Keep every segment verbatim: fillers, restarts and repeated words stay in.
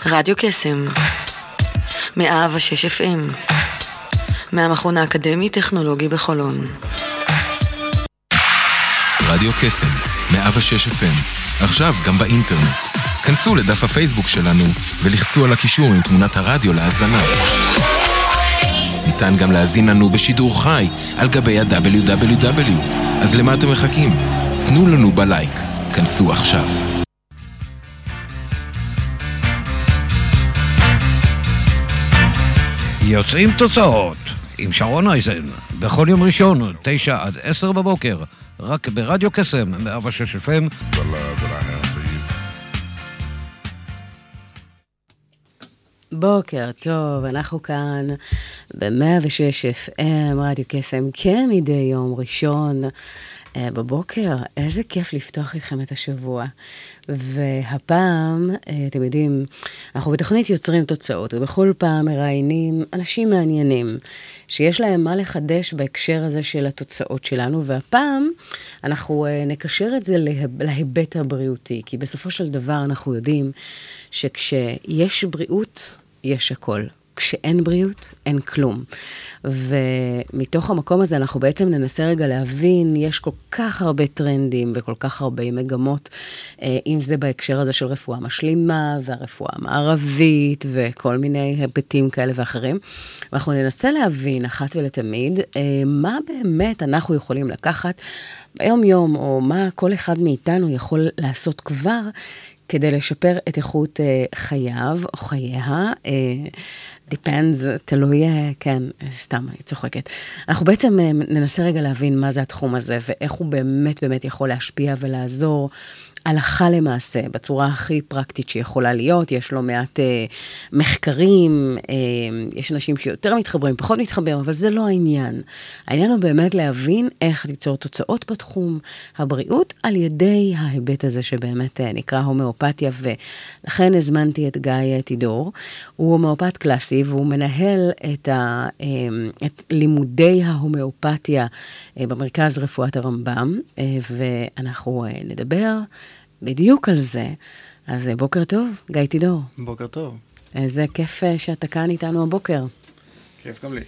רדיו קסם מאה ושש אף אם מהמכון האקדמי-טכנולוגי בחולון. רדיו קסם מאה ושש אף אם, עכשיו גם באינטרנט. כנסו לדף הפייסבוק שלנו ולחצו על הקישור עם תמונת הרדיו להאזנה. ניתן גם להאזין לנו בשידור חי על גבי ה-דאבליו דאבליו דאבליו. אז למה אתם מחכים? תנו לנו בלייק. כנסו עכשיו. יוצאים תוצאות עם שרון אייזן בכל יום ראשון תשע עד עשר בבוקר, רק ברדיו קסם מאה ושש אף אם. בוקר טוב, אנחנו כאן ב-מאה ושש אף אם, רדיו קסם, כמדי יום ראשון בבוקר. איזה כיף לפתוח איתכם את השבוע. והפעם, אתם יודעים, אנחנו בתוכנית יוצרים תוצאות, ובכל פעם מראיינים אנשים מעניינים, שיש להם מה לחדש בהקשר הזה של התוצאות שלנו, והפעם אנחנו נקשר את זה להיבט הבריאותי, כי בסופו של דבר אנחנו יודעים שכשיש בריאות, יש הכל. כשאין בריאות, אין כלום. ומתוך המקום הזה אנחנו בעצם ננסה רגע להבין, יש כל כך הרבה טרנדים וכל כך הרבה מגמות, אם זה בהקשר הזה של רפואה משלימה והרפואה המערבית וכל מיני היבטים כאלה ואחרים. ואנחנו ננסה להבין אחת ולתמיד, מה באמת אנחנו יכולים לקחת ביום יום, או מה כל אחד מאיתנו יכול לעשות כבר, כדי לשפר את איכות חייו או חייה, depends, תלוי, כן, סתם, אני צוחקת. אנחנו בעצם ננסה רגע להבין מה זה התחום הזה, ואיך הוא באמת באמת יכול להשפיע ולעזור הלכה למעשה, בצורה הכי פרקטית שיכולה להיות. יש לו מעט אה, מחקרים, אה, יש אנשים שיותר מתחברים, פחות מתחברים, אבל זה לא העניין. העניין הוא באמת להבין איך ליצור תוצאות בתחום הבריאות, על ידי ההיבט הזה שבאמת אה, נקרא הומאופתיה, ולכן הזמנתי את גיא תידור. הוא הומאופת קלאסי, והוא מנהל את, ה, אה, את לימודי ההומאופתיה אה, במרכז רפואת הרמב"ם, אה, ואנחנו אה, נדבר בדיוק על זה. אז בוקר טוב, גיא תידור. בוקר טוב. איזה כיף שאתה כאן איתנו הבוקר. כיף גם לי.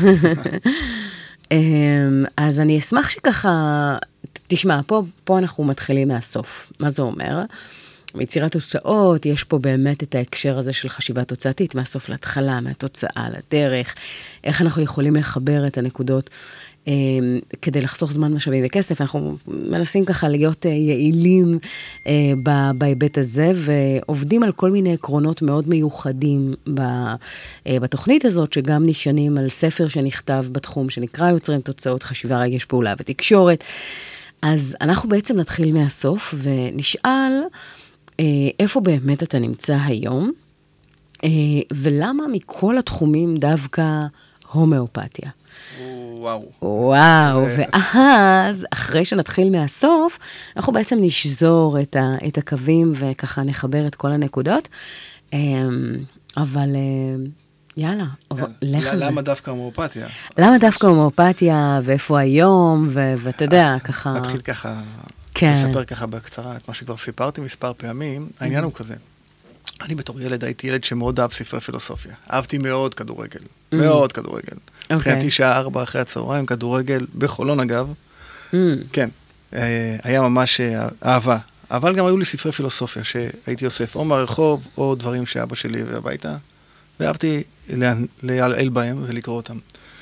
אז אני אשמח שככה, תשמע, פה, פה אנחנו מתחילים מהסוף. מה זה אומר? ביצירת תוצאות, יש פה באמת את ההקשר הזה של חשיבה תוצאתית, מהסוף להתחלה, מהתוצאה לדרך, איך אנחנו יכולים לחבר את הנקודות, כדי לחסוך זמן, משאבים וכסף. אנחנו מנסים ככה להיות יעילים בהיבט הזה, ועובדים על כל מיני עקרונות מאוד מיוחדים בתוכנית הזאת, שגם נשענים על ספר שנכתב בתחום, שנקרא יוצרים תוצאות, חשיבה, רגש, פעולה ותקשורת. אז אנחנו בעצם נתחיל מהסוף, ונשאל איפה באמת אתה נמצא היום, ולמה מכל התחומים דווקא הומאופתיה. וואו. וואו, ואז, אחרי שנתחיל מהסוף, אנחנו בעצם נשזור את, ה, את הקווים, וככה נחבר את כל הנקודות. אבל יאללה, לך על זה. למה דווקא הומאופתיה? למה דווקא הומאופתיה, ואיפה היום, ואתה יודע, ככה... נתחיל ככה, לספר ככה בקצרה, את מה שכבר סיפרתי מספר פעמים. העניין הוא כזה. אני בתור ילד הייתי ילד שמאוד אהב ספרי פילוסופיה. אהבתי מאוד כדורגל. מאוד כדורגל. מבחינתי שעה ארבע אחרי הצהריים, כדורגל, בחולון אגב. כן. היה ממש אהבה. אבל גם היו לי ספרי פילוסופיה, שהייתי אוסף או מהרחוב, או דברים שאבא שלי הביא הביתה, ואהבתי להעל בהם ולקרוא אותם.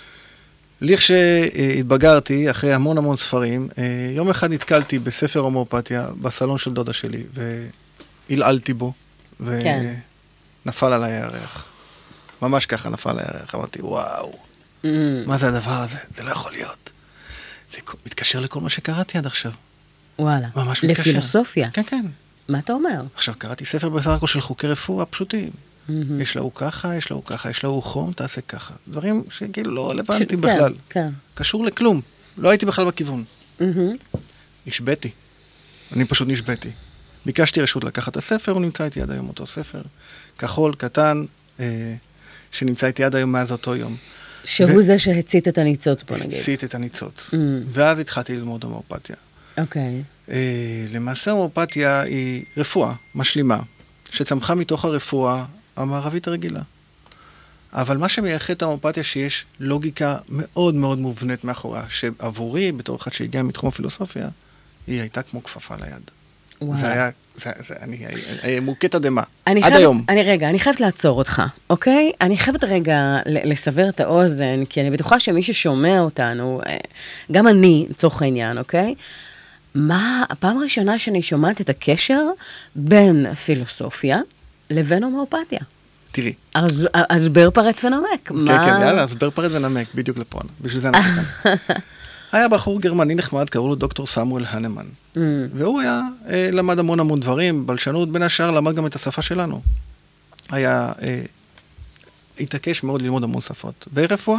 לכשהתבגרתי, אחרי המון המון ספרים, יום אחד נתקלתי בספר הומאופתיה, בסלון של דודה שלי, והלעלתי בו, ונפל עליי הירח. ממש ככה נפל עליי הירח. אמרתי, וואו, מה זה הדבר הזה? זה לא יכול להיות. זה מתקשר לכל מה שקראתי עד עכשיו. וואלה. ממש מתקשר. לפילוסופיה? כן, כן. מה אתה אומר? עכשיו, קראתי ספר בסך הכל של חוקי רפואה פשוטים. יש לו ככה, יש לו ככה, יש לו חום, תעשה ככה. דברים שכאילו לא רלוונטיים בכלל. כן. קשור לכלום. לא הייתי בכלל בכיוון. נשבתי. אני פשוט נשבתי. ביקשתי רשות לקחת את הספר, הוא נמצא איתי עד היום אותו ספר. כחול, קטן, שנמצא איתי עד היום מאז אותו יום. שהוא זה שהצית את הניצוץ, בוא נגיד. הצית את הניצוץ. ואז התחלתי ללמוד הומאופתיה. אוקיי. למעשה הומאופתיה היא רפואה משלימה, שצמחה מתוך הרפואה המערבית הרגילה. אבל מה שמייחד את ההומאופתיה שיש לוגיקה מאוד מאוד מובנית מאחוריה, שעבורי, בתור אחד שהגיע מתחום הפילוסופיה, היא הייתה כמו כפפה ליד. וואו. זה היה, זה, זה, אני, אני מוקט אדמה, עד חייב, היום. אני רגע, אני חייבת לעצור אותך, אוקיי? אני חייבת רגע לסבר את האוזן, כי אני בטוחה שמי ששומע אותנו, גם אני, לצורך העניין, אוקיי? מה, הפעם הראשונה שאני שומעת את הקשר בין פילוסופיה לבין הומאופתיה? תראי. אז, אז בר פרט ונמק. כן, מה... כן, יאללה, אז בר פרט ונמק, בדיוק לפה, בשביל זה אנחנו כאן. היה בחור גרמני נחמד, קראו לו דוקטור סמואל הנמן. Mm. והוא היה, אה, למד המון המון דברים, בלשנות, בין השאר למד גם את השפה שלנו. היה, אה, התעקש מאוד ללמוד המון שפות. ורפואה.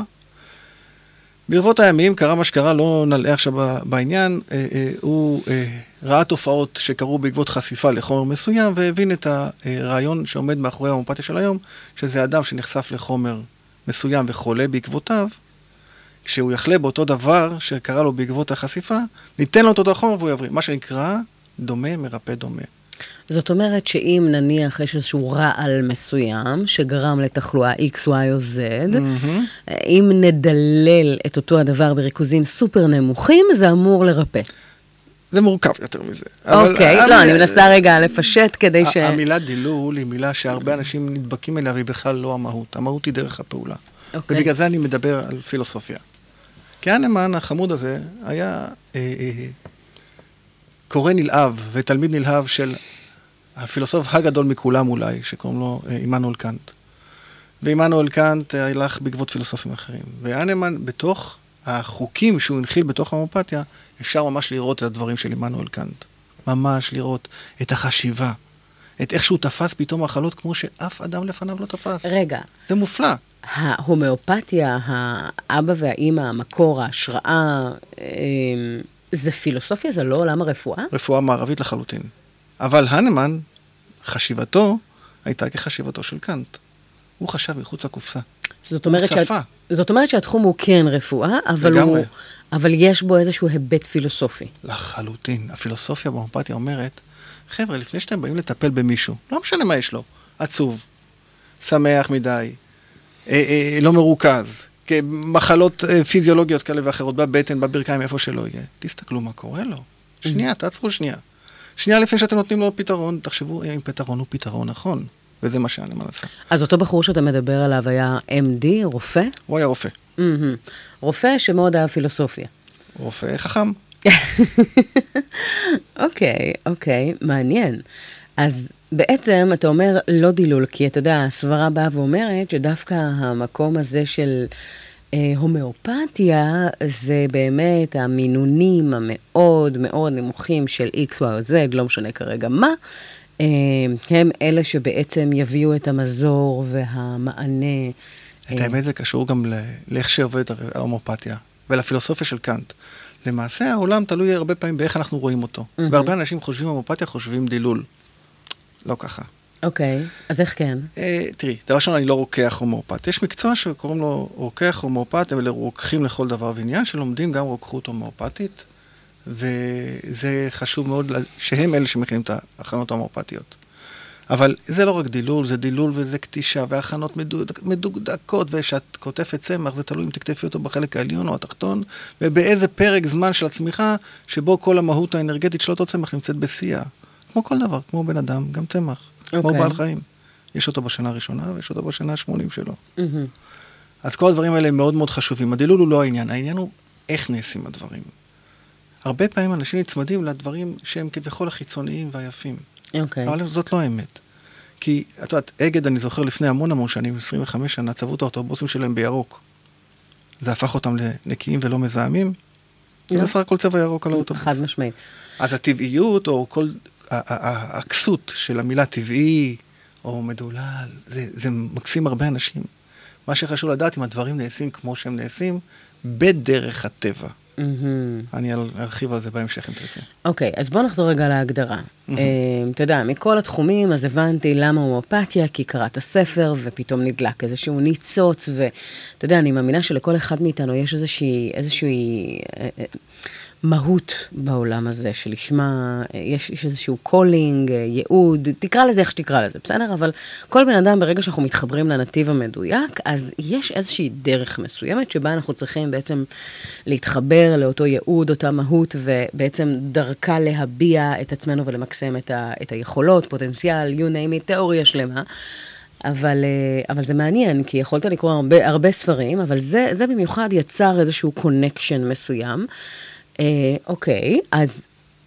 ברבות הימים קרה מה שקרה, לא נלאה עכשיו בעניין, אה, אה, הוא אה, ראה תופעות שקרו בעקבות חשיפה לחומר מסוים, והבין את הרעיון שעומד מאחורי ההומאופתיה של היום, שזה אדם שנחשף לחומר מסוים וחולה בעקבותיו, כשהוא יחלה באותו דבר שקרה לו בעקבות החשיפה, ניתן לו את אותו החומר והוא יבריא. מה שנקרא דומה מרפא דומה. זאת אומרת שאם נניח יש איזשהו רעל מסוים שגרם לתחלואה X, Y או Z, mm-hmm. אם נדלל את אותו הדבר בריכוזים סופר נמוכים, זה אמור לרפא. זה מורכב יותר מזה. אוקיי, okay, לא, אני מנסה רגע לפשט כדי ש... המילה דילול היא מילה שהרבה אנשים נדבקים אליה, והיא בכלל לא המהות. המהות היא דרך הפעולה. Okay. ובגלל זה אני מדבר על פילוסופיה. כי הנמן, החמוד הזה, היה אה, אה, קורא נלהב ותלמיד נלהב של הפילוסוף הגדול מכולם אולי, שקוראים לו אה, עמנואל קאנט. ועמנואל קאנט הלך בעקבות פילוסופים אחרים. והנמן, בתוך החוקים שהוא הנחיל בתוך ההומאופתיה, אפשר ממש לראות את הדברים של עמנואל קאנט. ממש לראות את החשיבה. את איך שהוא תפס פתאום מחלות כמו שאף אדם לפניו לא תפס. רגע. זה מופלא. ההומאופתיה, האבא והאימא, המקור, ההשראה, זה פילוסופיה, זה לא עולם הרפואה? רפואה מערבית לחלוטין. אבל הנמן, חשיבתו, הייתה כחשיבתו של קאנט. הוא חשב מחוץ לקופסה. זאת אומרת, שאת, זאת אומרת שהתחום הוא כן רפואה, אבל, הוא, אבל יש בו איזשהו היבט פילוסופי. לחלוטין. הפילוסופיה בהומאופתיה אומרת, חבר'ה, לפני שאתם באים לטפל במישהו, לא משנה מה יש לו, עצוב, שמח מדי, אה, אה, לא מרוכז, מחלות אה, פיזיולוגיות כאלה ואחרות, בבטן, בברכיים, איפה שלא יהיה. תסתכלו מה קורה לו. שנייה, תעצרו שנייה. שנייה לפני שאתם נותנים לו פתרון, תחשבו אם פתרון הוא פתרון נכון, וזה מה שאני מנסה. אז אותו בחור שאתה מדבר עליו היה אם די, רופא? הוא היה רופא. Mm-hmm. רופא שמאוד אהב פילוסופיה. רופא חכם. אוקיי, אוקיי, מעניין. אז בעצם אתה אומר לא דילול, כי אתה יודע, הסברה באה ואומרת שדווקא המקום הזה של אה, הומאופתיה, זה באמת המינונים המאוד מאוד נמוכים של X, Y או Z, לא משנה כרגע מה, אה, הם אלה שבעצם יביאו את המזור והמענה. את האמת זה קשור גם לאיך שעובד ההומאופתיה, ולפילוסופיה של קאנט. למעשה העולם תלוי הרבה פעמים באיך אנחנו רואים אותו. Mm-hmm. והרבה אנשים חושבים הומאופתיה, חושבים דילול. לא ככה. אוקיי, okay. אז איך כן? אה, תראי, דבר ראשון, אני לא רוקח הומאופת. יש מקצוע שקוראים לו רוקח הומאופת, הם רוקחים לכל דבר ועניין, שלומדים גם רוקחות הומאופתית, וזה חשוב מאוד שהם אלה שמכינים את ההכנות ההומאופתיות. אבל זה לא רק דילול, זה דילול וזה קטישה, והכנות מדוקדקות, ושאת כותפת צמח, זה תלוי אם תכתפי אותו בחלק העליון או התחתון, ובאיזה פרק זמן של הצמיחה, שבו כל המהות האנרגטית של אותו צמח נמצאת בשיאה. כמו כל דבר, כמו בן אדם, גם צמח, okay. כמו בעל חיים. יש אותו בשנה הראשונה, ויש אותו בשנה ה-שמונים שלו. Mm-hmm. אז כל הדברים האלה הם מאוד מאוד חשובים. הדילול הוא לא העניין, העניין הוא איך נעשים הדברים. הרבה פעמים אנשים נצמדים לדברים שהם כביכול החיצוניים והיפים. Okay. אבל זאת לא האמת. כי, את יודעת, אגד, אני זוכר לפני המון המון שנים, עשרים וחמש שנה, צבעו את האוטובוסים שלהם בירוק. זה הפך אותם לנקיים ולא מזהמים. זה עשה כל צבע ירוק על האוטובוס. חד משמעית. אז הטבעיות, או כל הכסות של המילה טבעי, או מדולל, זה, זה מקסים הרבה אנשים. מה שחשוב לדעת, אם הדברים נעשים כמו שהם נעשים, בדרך הטבע. אני ארחיב על זה בהמשך אם תרצה. אוקיי, אז בוא נחזור רגע להגדרה. אתה יודע, מכל התחומים, אז הבנתי למה הומאופתיה, כי קראת הספר, ופתאום נדלק איזשהו ניצוץ, ואתה יודע, אני מאמינה שלכל אחד מאיתנו יש איזושהי, איזושהי מהות בעולם הזה, שלשמה יש, יש איזשהו קולינג, ייעוד, תקרא לזה איך שתקרא לזה, בסדר? אבל כל בן אדם ברגע שאנחנו מתחברים לנתיב המדויק, אז יש איזושהי דרך מסוימת שבה אנחנו צריכים בעצם להתחבר לאותו ייעוד, אותה מהות, ובעצם דרכה להביע את עצמנו ולמקסם את, ה, את היכולות, פוטנציאל, you name it, תיאוריה שלמה. אבל, אבל זה מעניין, כי יכולת לקרוא הרבה, הרבה ספרים, אבל זה, זה במיוחד יצר איזשהו קונקשן מסוים. אה, אוקיי, אז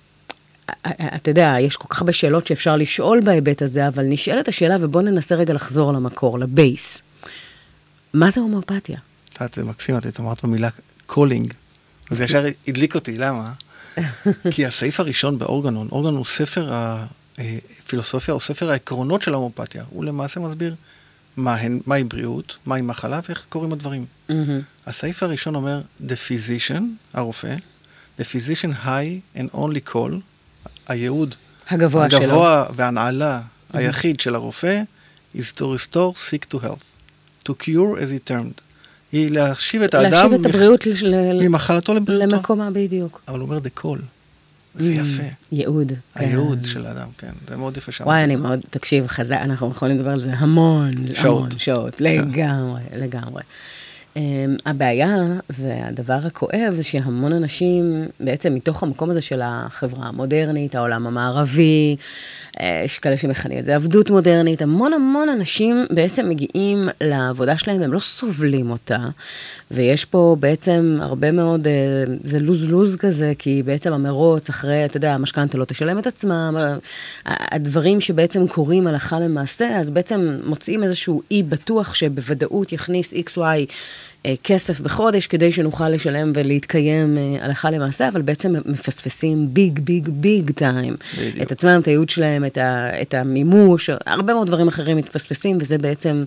אתה יודע, יש כל כך הרבה שאלות שאפשר לשאול בהיבט הזה, אבל נשאלת השאלה, ובוא ננסה רגע לחזור למקור, לבייס. מה זה הומאופתיה? זה מקסים, את אמרת במילה קולינג, וזה ישר הדליק אותי, למה? כי הסעיף הראשון באורגנון, אורגנון הוא ספר הפילוסופיה, או ספר העקרונות של ההומאופתיה, הוא למעשה מסביר מהי מה בריאות, מהי מחלה, ואיך קוראים הדברים. הסעיף הראשון אומר, the physician, הרופא, the physician high and only call, הייעוד הגבוה, הגבוה והנעלה היחיד של הרופא, is to restore sick to health, to cure as he termed. היא להשיב את האדם להשיב את הבריאות ממחלתו לבריאותו. למקומה בדיוק. אבל הוא אומר the call. זה יפה. ייעוד. הייעוד של האדם, כן. זה מאוד יפה שם. וואי, אני מאוד, תקשיב, חזק, אנחנו יכולים לדבר על זה המון. שעות. המון שעות, לגמרי, לגמרי. הבעיה והדבר הכואב זה שהמון אנשים בעצם מתוך המקום הזה של החברה המודרנית, העולם המערבי, יש כאלה שמכנים את זה עבדות מודרנית, המון המון אנשים בעצם מגיעים לעבודה שלהם, הם לא סובלים אותה, ויש פה בעצם הרבה מאוד, זה לוז-לוז כזה, כי בעצם המרוץ אחרי, אתה יודע, המשכנתא לא תשלם את עצמם, הדברים שבעצם קורים הלכה למעשה, אז בעצם מוצאים איזשהו אי בטוח שבוודאות יכניס אקס וואי כסף בחודש, כדי שנוכל לשלם ולהתקיים הלכה למעשה, אבל בעצם מפספסים ביג, ביג, ביג טיים. את עצמם, את הייעוד שלהם, את, ה, את המימוש, הרבה מאוד דברים אחרים מתפספסים, וזה בעצם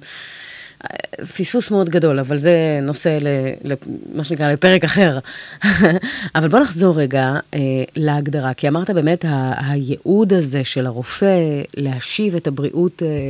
פספוס מאוד גדול, אבל זה נושא, ל, ל, מה שנקרא, לפרק אחר. אבל בוא נחזור רגע אה, להגדרה, כי אמרת באמת, ה, הייעוד הזה של הרופא, להשיב את הבריאות אה,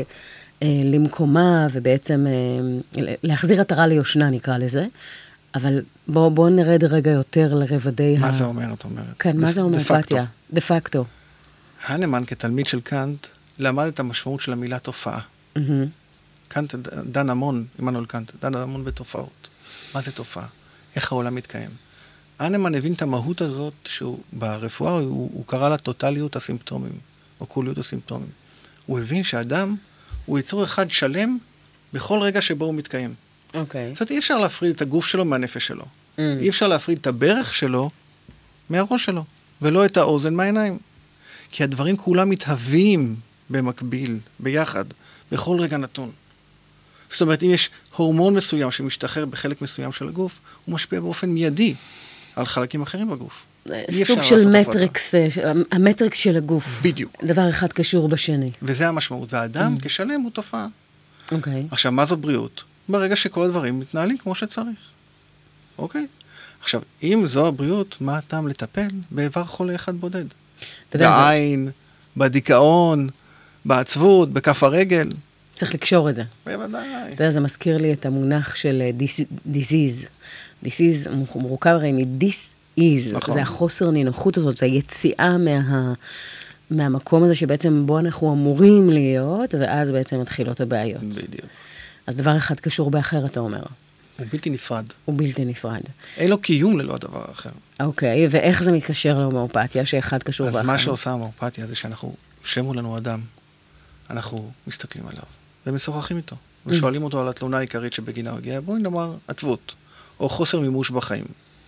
למקומה, ובעצם להחזיר עטרה ליושנה, נקרא לזה. אבל בואו בוא נרד רגע יותר לרבדי... מה ה... זה אומר, את אומרת? כן, מה זה הומאופתיה? דה פקטו. הנמן, כתלמיד של קאנט, למד את המשמעות של המילה תופעה. Mm-hmm. קאנט דן המון, עמנואל קאנט, דן המון בתופעות. מה זה תופעה? איך העולם מתקיים? הנמן הבין את המהות הזאת, שהוא ברפואה, הוא, הוא קרא לה טוטליות הסימפטומים, או כוליות הסימפטומים. הוא הבין שאדם הוא יצור אחד שלם בכל רגע שבו הוא מתקיים. אוקיי. זאת אומרת, אי אפשר להפריד את הגוף שלו מהנפש שלו. Mm. אי אפשר להפריד את הברך שלו מהראש שלו, ולא את האוזן מהעיניים. כי הדברים כולם מתהווים במקביל, ביחד, בכל רגע נתון. זאת אומרת, אם יש הורמון מסוים שמשתחרר בחלק מסוים של הגוף, הוא משפיע באופן מיידי על חלקים אחרים בגוף. סוג של מטריקס, המטריקס של הגוף. בדיוק. דבר אחד קשור בשני. וזה המשמעות. והאדם mm. כשלם הוא תופעה. אוקיי. עכשיו, מה זו בריאות? ברגע שכל הדברים מתנהלים כמו שצריך. אוקיי? עכשיו, אם זו הבריאות, מה הטעם לטפל באיבר חולה אחד בודד? בעין, בדיכאון, בעצבות, בכף הרגל. צריך לקשור את זה. בוודאי. אתה יודע, זה מזכיר לי את המונח של disease. disease מורכב הרי מדיס איז, נכון. זה החוסר נינוחות הזאת, זה היציאה מה, מהמקום הזה שבעצם בו אנחנו אמורים להיות, ואז בעצם מתחילות הבעיות. בדיוק. אז דבר אחד קשור באחר, אתה אומר. הוא בלתי נפרד. הוא בלתי נפרד. אין לו קיום ללא הדבר האחר. אוקיי, ואיך זה מתקשר להומאופתיה, שאחד קשור באחר? אז מה שעושה ההומאופתיה זה שאנחנו, שמו לנו אדם, אנחנו מסתכלים עליו, ומשוחחים איתו, ושואלים אותו על התלונה העיקרית שבגינה הוא הגיע, בואי נאמר עצבות, או חוסר מימוש בחיים.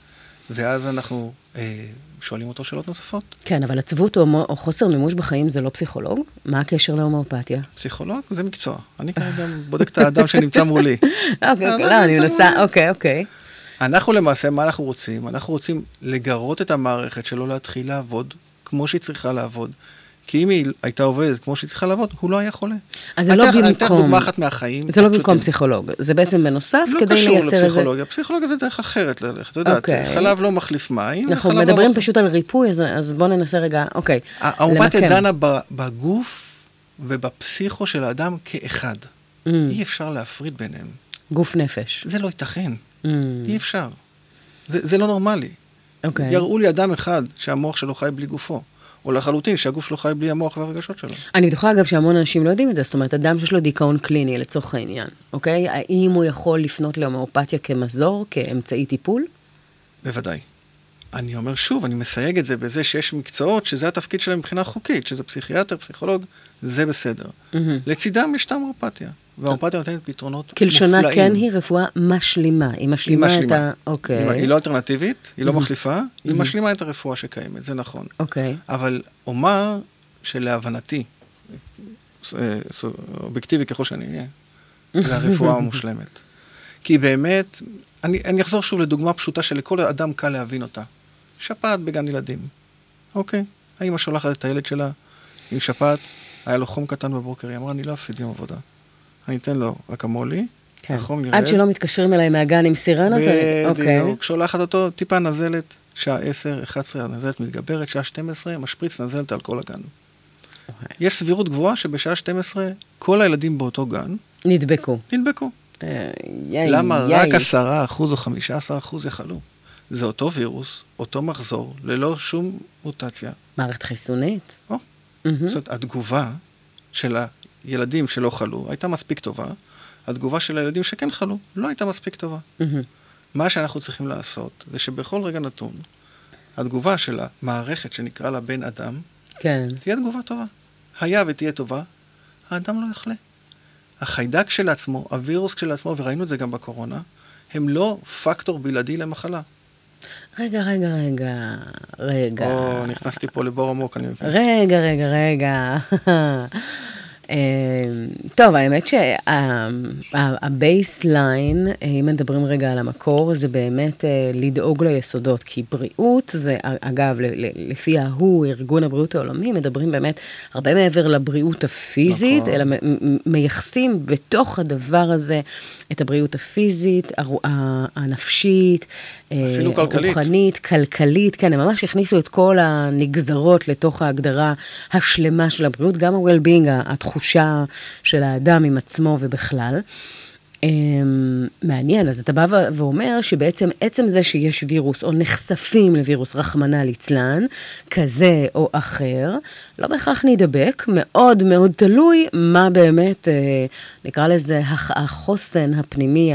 ואז אנחנו אה, שואלים אותו שאלות נוספות. כן, אבל עצבות או, או חוסר מימוש בחיים זה לא פסיכולוג? מה הקשר להומאופתיה? פסיכולוג זה מקצוע. אני כרגע בודק את האדם שנמצא מולי. אוקיי, לא, אני מנסה, אוקיי, אוקיי. אנחנו למעשה, מה אנחנו רוצים? אנחנו רוצים לגרות את המערכת שלא להתחיל לעבוד כמו שהיא צריכה לעבוד. כי אם היא הייתה עובדת כמו שהיא צריכה לעבוד, הוא לא היה חולה. אז זה לא במקום... אני אתן דוגמה אחת מהחיים. זה לא במקום פסיכולוג. זה בעצם בנוסף כדי לייצר איזה... לא קשור לפסיכולוגיה. פסיכולוגיה זה דרך אחרת ללכת. אתה יודעת, חלב לא מחליף מים. אנחנו מדברים פשוט על ריפוי, אז בואו ננסה רגע, אוקיי. ההומאופתיה דנה בגוף ובפסיכו של האדם כאחד. אי אפשר להפריד ביניהם. גוף נפש. זה לא ייתכן. אי אפשר. זה לא נורמלי. אוקיי. יראו לי אדם אחד שהמוח שלו חי בלי גופו, או לחלוטין שהגוף שלו חי בלי המוח והרגשות שלו. אני בטוחה, אגב, שהמון אנשים לא יודעים את זה, זאת אומרת, אדם שיש לו דיכאון קליני, לצורך העניין, אוקיי? האם הוא יכול לפנות להומאופתיה כמזור, כאמצעי טיפול? בוודאי. אני אומר שוב, אני מסייג את זה בזה שיש מקצועות שזה התפקיד שלהם מבחינה חוקית, שזה פסיכיאטר, פסיכולוג, זה בסדר. לצידם יש ההומאופתיה, וההומאופתיה נותנת פתרונות מופלאים. כלשונה כן היא רפואה משלימה, היא משלימה את ה... אוקיי. היא לא אלטרנטיבית, היא לא מחליפה, היא משלימה את הרפואה שקיימת, זה נכון. אוקיי. אבל אומר שלהבנתי, אובייקטיבי ככל שאני אהיה, זה הרפואה המושלמת. כי באמת, אני, אני אחזור שוב לדוגמה פשוטה שלכל אדם קל להבין אותה. שפעת בגן ילדים. אוקיי, האמא שולחת את הילד שלה עם שפעת, היה לו חום קטן בבוקר, היא אמרה, אני לא אפסיד יום עבודה. אני אתן לו אקמולי, כן. החום ירד. עד שלא מתקשרים אליי מהגן עם סירנות? בדיוק, אוקיי. שולחת אותו טיפה נזלת, שעה עשר, אחת עשרה, הנזלת מתגברת, שעה שתים עשרה, משפריץ נזלת על כל הגן. אוקיי. יש סבירות גבוהה שבשעה שתים עשרה, כל הילדים באותו גן, נדבקו. נדבקו. יאי, למה יאי. רק עשרה אחוז או חמישה עשר אחוז יחלו? זה אותו וירוס, אותו מחזור, ללא שום מוטציה. מערכת חיסונית. או, זאת אומרת, התגובה של הילדים שלא חלו הייתה מספיק טובה, התגובה של הילדים שכן חלו לא הייתה מספיק טובה. מה שאנחנו צריכים לעשות, זה שבכל רגע נתון, התגובה של המערכת שנקרא לה בן אדם, כן. תהיה תגובה טובה. היה ותהיה טובה, האדם לא יחלה. החיידק של עצמו, הווירוס של עצמו, וראינו את זה גם בקורונה, הם לא פקטור בלעדי למחלה. רגע, רגע, רגע, רגע. או, נכנסתי פה לבור עמוק, אני מבין. רגע, רגע, רגע. טוב, האמת שהבייסליין, אם מדברים רגע על המקור, זה באמת לדאוג ליסודות, כי בריאות זה, אגב, לפי ההוא, ארגון הבריאות העולמי, מדברים באמת הרבה מעבר לבריאות הפיזית, אלא מייחסים בתוך הדבר הזה את הבריאות הפיזית, הנפשית, אפילו כלכלית. רוחנית, כלכלית, כן, הם ממש הכניסו את כל הנגזרות לתוך ההגדרה השלמה של הבריאות, גם ה-well-being, התחושה של האדם עם עצמו ובכלל. מעניין, אז אתה בא ואומר שבעצם עצם זה שיש וירוס, או נחשפים לווירוס רחמנא ליצלן, כזה או אחר, לא בהכרח נדבק, מאוד מאוד תלוי מה באמת, נקרא לזה, החוסן הפנימי,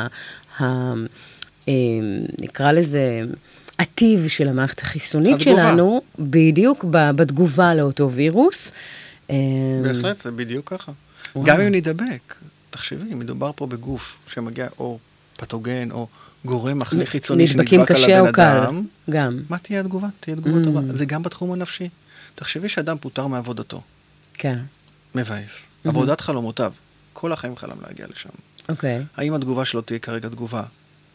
נקרא לזה, הטיב של המערכת החיסונית שלנו, בדיוק בתגובה לאותו וירוס. בהחלט, זה בדיוק ככה. גם אם נדבק, תחשבי, מדובר פה בגוף שמגיע או פתוגן או גורם מחלה חיצוני שנדבק על הבן אדם. גם. מה תהיה התגובה? תהיה תגובה טובה. זה גם בתחום הנפשי. תחשבי שאדם פוטר מעבודתו. כן. מבאס. עבודת חלומותיו. כל החיים חלם להגיע לשם. אוקיי. האם התגובה שלו תהיה כרגע תגובה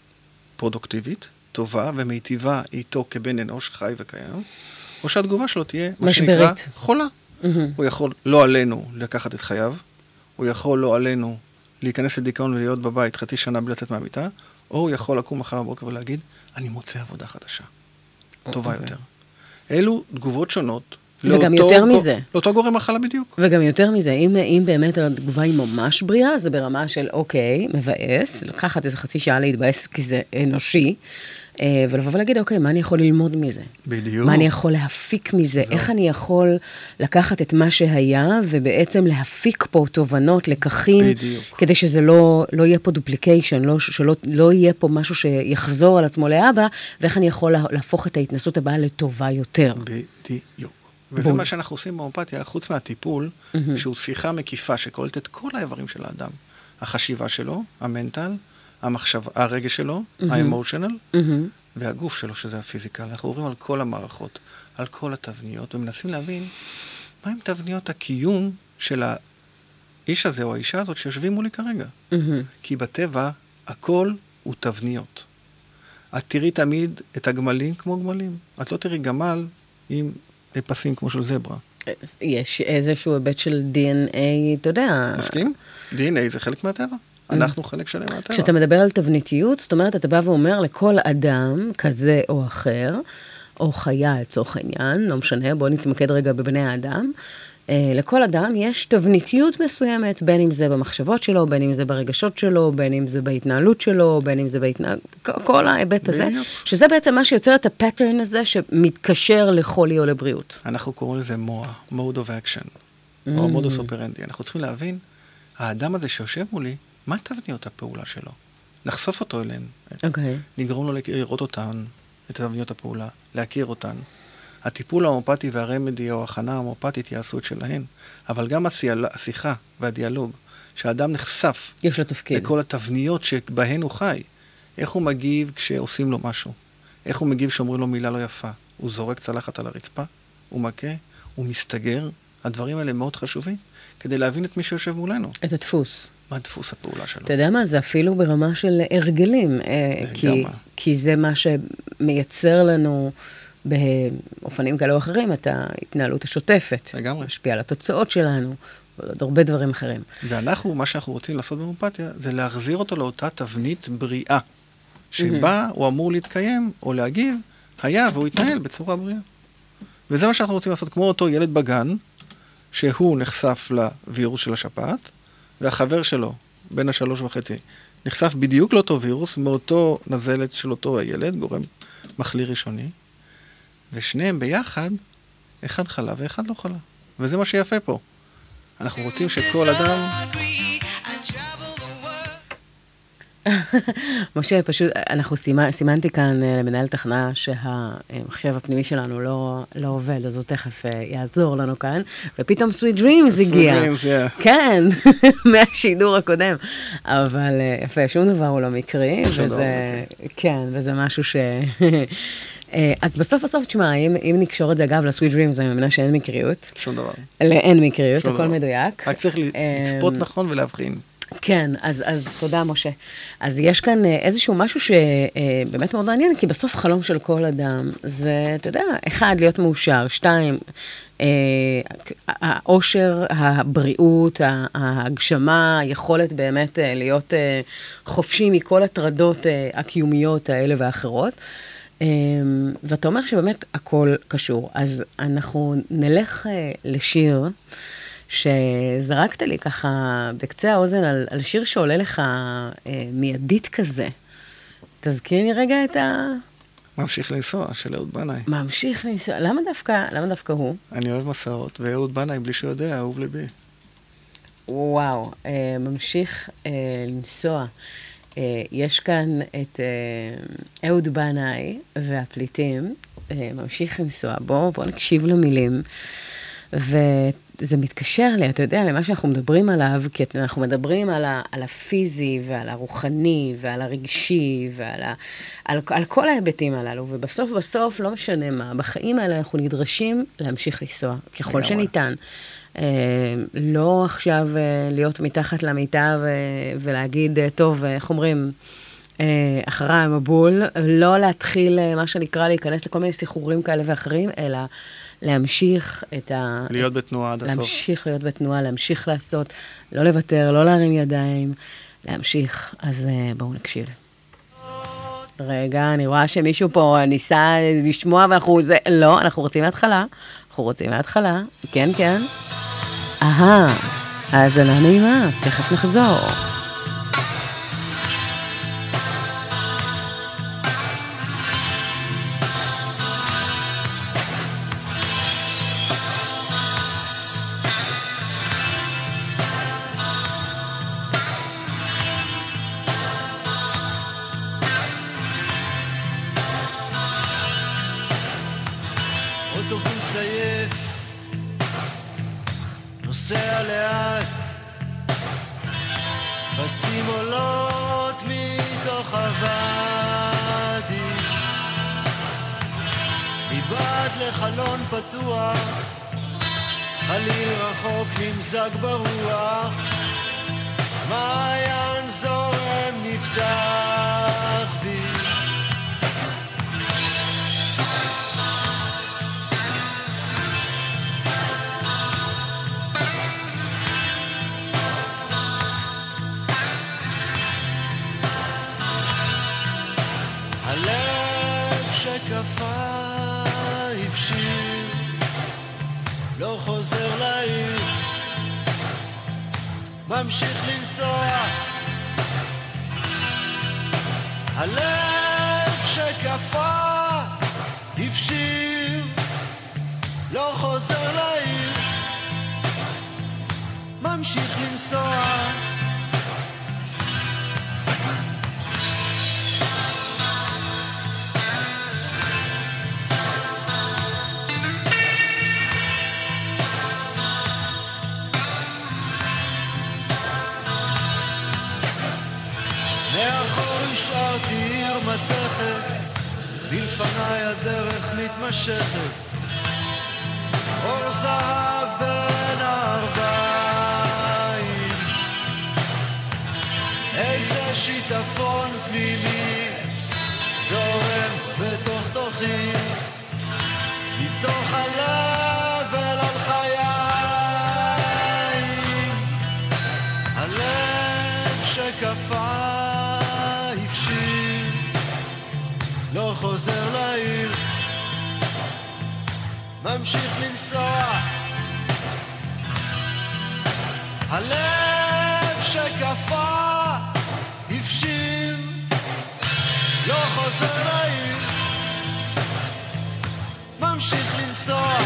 פרודוקטיבית, טובה ומיטיבה איתו כבן אנוש חי וקיים, או שהתגובה שלו תהיה מה שנקרא חולה. הוא יכול לא עלינו לקחת את חייו, הוא יכול לא עלינו להיכנס לדיכאון ולהיות בבית חצי שנה בלי לצאת מהמיטה, או הוא יכול לקום מחר בבוקר ולהגיד, אני מוצא עבודה חדשה, טובה יותר. אלו תגובות שונות, וגם יותר מזה. לאותו גורם מחלה בדיוק. וגם יותר מזה, אם, אם באמת התגובה היא ממש בריאה, זה ברמה של אוקיי, מבאס, לקחת איזה חצי שעה להתבאס כי זה אנושי, ולבוא ולהגיד, אוקיי, מה אני יכול ללמוד מזה? בדיוק. מה אני יכול להפיק מזה? לא. איך אני יכול לקחת את מה שהיה, ובעצם להפיק פה תובנות, לקחים, בדיוק. כדי שזה לא, לא יהיה פה דופליקיישן, לא, שלא לא יהיה פה משהו שיחזור על עצמו לאבא, ואיך אני יכול להפוך את ההתנסות הבאה לטובה יותר. בדיוק. וזה מה שאנחנו עושים בהומאופתיה, חוץ מהטיפול, mm-hmm. שהוא שיחה מקיפה שקולטת את כל האיברים של האדם. החשיבה שלו, המנטל, המחשב, הרגש שלו, mm-hmm. האמושיונל, mm-hmm. והגוף שלו, שזה הפיזיקל. אנחנו עוברים על כל המערכות, על כל התבניות, ומנסים להבין מה הם תבניות הקיום של האיש הזה או האישה הזאת שיושבים מולי כרגע. Mm-hmm. כי בטבע הכל הוא תבניות. את תראי תמיד את הגמלים כמו גמלים. את לא תראי גמל עם פסים כמו של זברה. יש איזשהו היבט של די אן איי, אתה יודע. מסכים? די אן איי זה חלק מהטבע. אנחנו חלק שלם מהטבע. כשאתה מדבר על תבניתיות, זאת אומרת, אתה בא ואומר לכל אדם כזה או אחר, או חיה לצורך העניין, לא משנה, בואו נתמקד רגע בבני האדם, לכל אדם יש תבניתיות מסוימת, בין אם זה במחשבות שלו, בין אם זה ברגשות שלו, בין אם זה בהתנהלות שלו, בין אם זה בהתנהלות, כל ההיבט הזה, שזה בעצם מה שיוצר את הפטרן הזה, שמתקשר לחולי או לבריאות. אנחנו קוראים לזה מואה, mode of action, או מודוס אופרנדי. אנחנו צריכים להבין, האדם הזה שיושב מולי, מה תבניות הפעולה שלו? לחשוף אותו אליהן, לגרום לו לראות אותן, את תבניות הפעולה, להכיר אותן. הטיפול ההומופתי והרמדי או ההכנה ההומופתית יעשו את שלהן, אבל גם השיחה והדיאלוג, שהאדם נחשף יש לו תפקיד. לכל התבניות שבהן הוא חי, איך הוא מגיב כשעושים לו משהו, איך הוא מגיב כשאומרים לו מילה לא יפה, הוא זורק צלחת על הרצפה, הוא מכה, הוא מסתגר, הדברים האלה מאוד חשובים, כדי להבין את מי שיושב מולנו. את הדפוס. מה דפוס הפעולה שלו? אתה יודע מה, זה אפילו ברמה של הרגלים, כי, כי זה מה שמייצר לנו באופנים כאלה או אחרים, את ההתנהלות השוטפת. לגמרי. משפיע על התוצאות שלנו, ועוד הרבה דברים אחרים. ואנחנו, מה שאנחנו רוצים לעשות בהומופתיה, זה להחזיר אותו לאותה תבנית בריאה, שבה הוא אמור להתקיים או להגיב, היה והוא יתנהל בצורה בריאה. וזה מה שאנחנו רוצים לעשות, כמו אותו ילד בגן, שהוא נחשף לווירוס של השפעת, והחבר שלו, בין השלוש וחצי, נחשף בדיוק לאותו וירוס, מאותו נזלת של אותו הילד, גורם מחלי ראשוני, ושניהם ביחד, אחד חלה ואחד לא חלה. וזה מה שיפה פה. אנחנו רוצים שכל אדם... משה, פשוט, אנחנו סימנתי כאן למנהל תחנה שהמחשב הפנימי שלנו לא, לא עובד, אז הוא תכף יעזור לנו כאן, ופתאום Sweet Dreams הגיע. Sweet Dreams, yeah. כן, מהשידור הקודם. אבל יפה, שום דבר הוא לא מקרי, וזה, כן, וזה משהו ש... אז בסוף בסוף, תשמע, אם, אם נקשור את זה אגב ל-Sweet Dreams, אני מאמינה שאין מקריות. שום דבר. אין מקריות, הכל מדויק. רק צריך לצפות נכון ולהבחין. כן, אז, אז תודה, משה. אז יש כאן איזשהו משהו שבאמת מאוד מעניין, כי בסוף חלום של כל אדם זה, אתה יודע, אחד, להיות מאושר, שתיים, העושר, הבריאות, ההגשמה, היכולת באמת להיות חופשי מכל הטרדות הקיומיות האלה ואחרות. ואתה אומר שבאמת הכל קשור. אז אנחנו נלך לשיר, שזרקת לי ככה בקצה האוזן על, על שיר שעולה לך אה, מיידית כזה. תזכיר לי רגע את ה... ממשיך לנסוע, של אהוד בנאי. ממשיך לנסוע. למה דווקא, למה דווקא הוא? אני אוהב מסעות, ואהוד בנאי, בלי שיודע, אהוב ליבי. וואו, אה, ממשיך אה, לנסוע. אה, יש כאן את אה, אהוד בנאי והפליטים, אה, ממשיך לנסוע. בואו בוא נקשיב למילים. ו... זה מתקשר לי, אתה יודע, למה שאנחנו מדברים עליו, כי אנחנו מדברים על, ה, על הפיזי ועל הרוחני ועל הרגשי ועל ה, על, על כל ההיבטים הללו, ובסוף בסוף, לא משנה מה, בחיים האלה אנחנו נדרשים להמשיך לנסוע, ככל שניתן. אה, לא עכשיו אה, להיות מתחת למיטה ו, ולהגיד, טוב, איך אומרים, אה, אחרי המבול, לא להתחיל, אה, מה שנקרא, להיכנס לכל מיני סיחורים כאלה ואחרים, אלא להמשיך את ה... להיות בתנועה עד הסוף. להמשיך להיות בתנועה, להמשיך לעשות, לא לוותר, לא להרים ידיים, להמשיך. אז בואו נקשיב. רגע, אני רואה שמישהו פה ניסה לשמוע ואנחנו... זה... לא, אנחנו רוצים מההתחלה. אנחנו רוצים מההתחלה. כן, כן. אהה, האזנה נעימה, תכף נחזור. אוטובוס עייף, נוסע לאט, פסים עולות מתוך הוואדי, מבעד לחלון פתוח, חליל רחוק נמזג ברוח, מעיין זורם נפתח בי. הלב שקפה הבשיר, לא חוזר לעיר, ממשיך לנסוע. הלב שקפה הפשיר, לא חוזר לעיר, ממשיך לנסוע. מאחור השארתי עיר מתכת, בלפניי הדרך מתמשכת, אור זהב בין ארבעים, איזה שיטפון פנימי זורם בתוך תוכי, מתוך הלב אל החיים. הלב שקפה הפשיר, לא חוזר לעיר, ממשיך לנסוע. הלב שקפה הפשיר, לא חוזר לעיר, ממשיך לנסוע.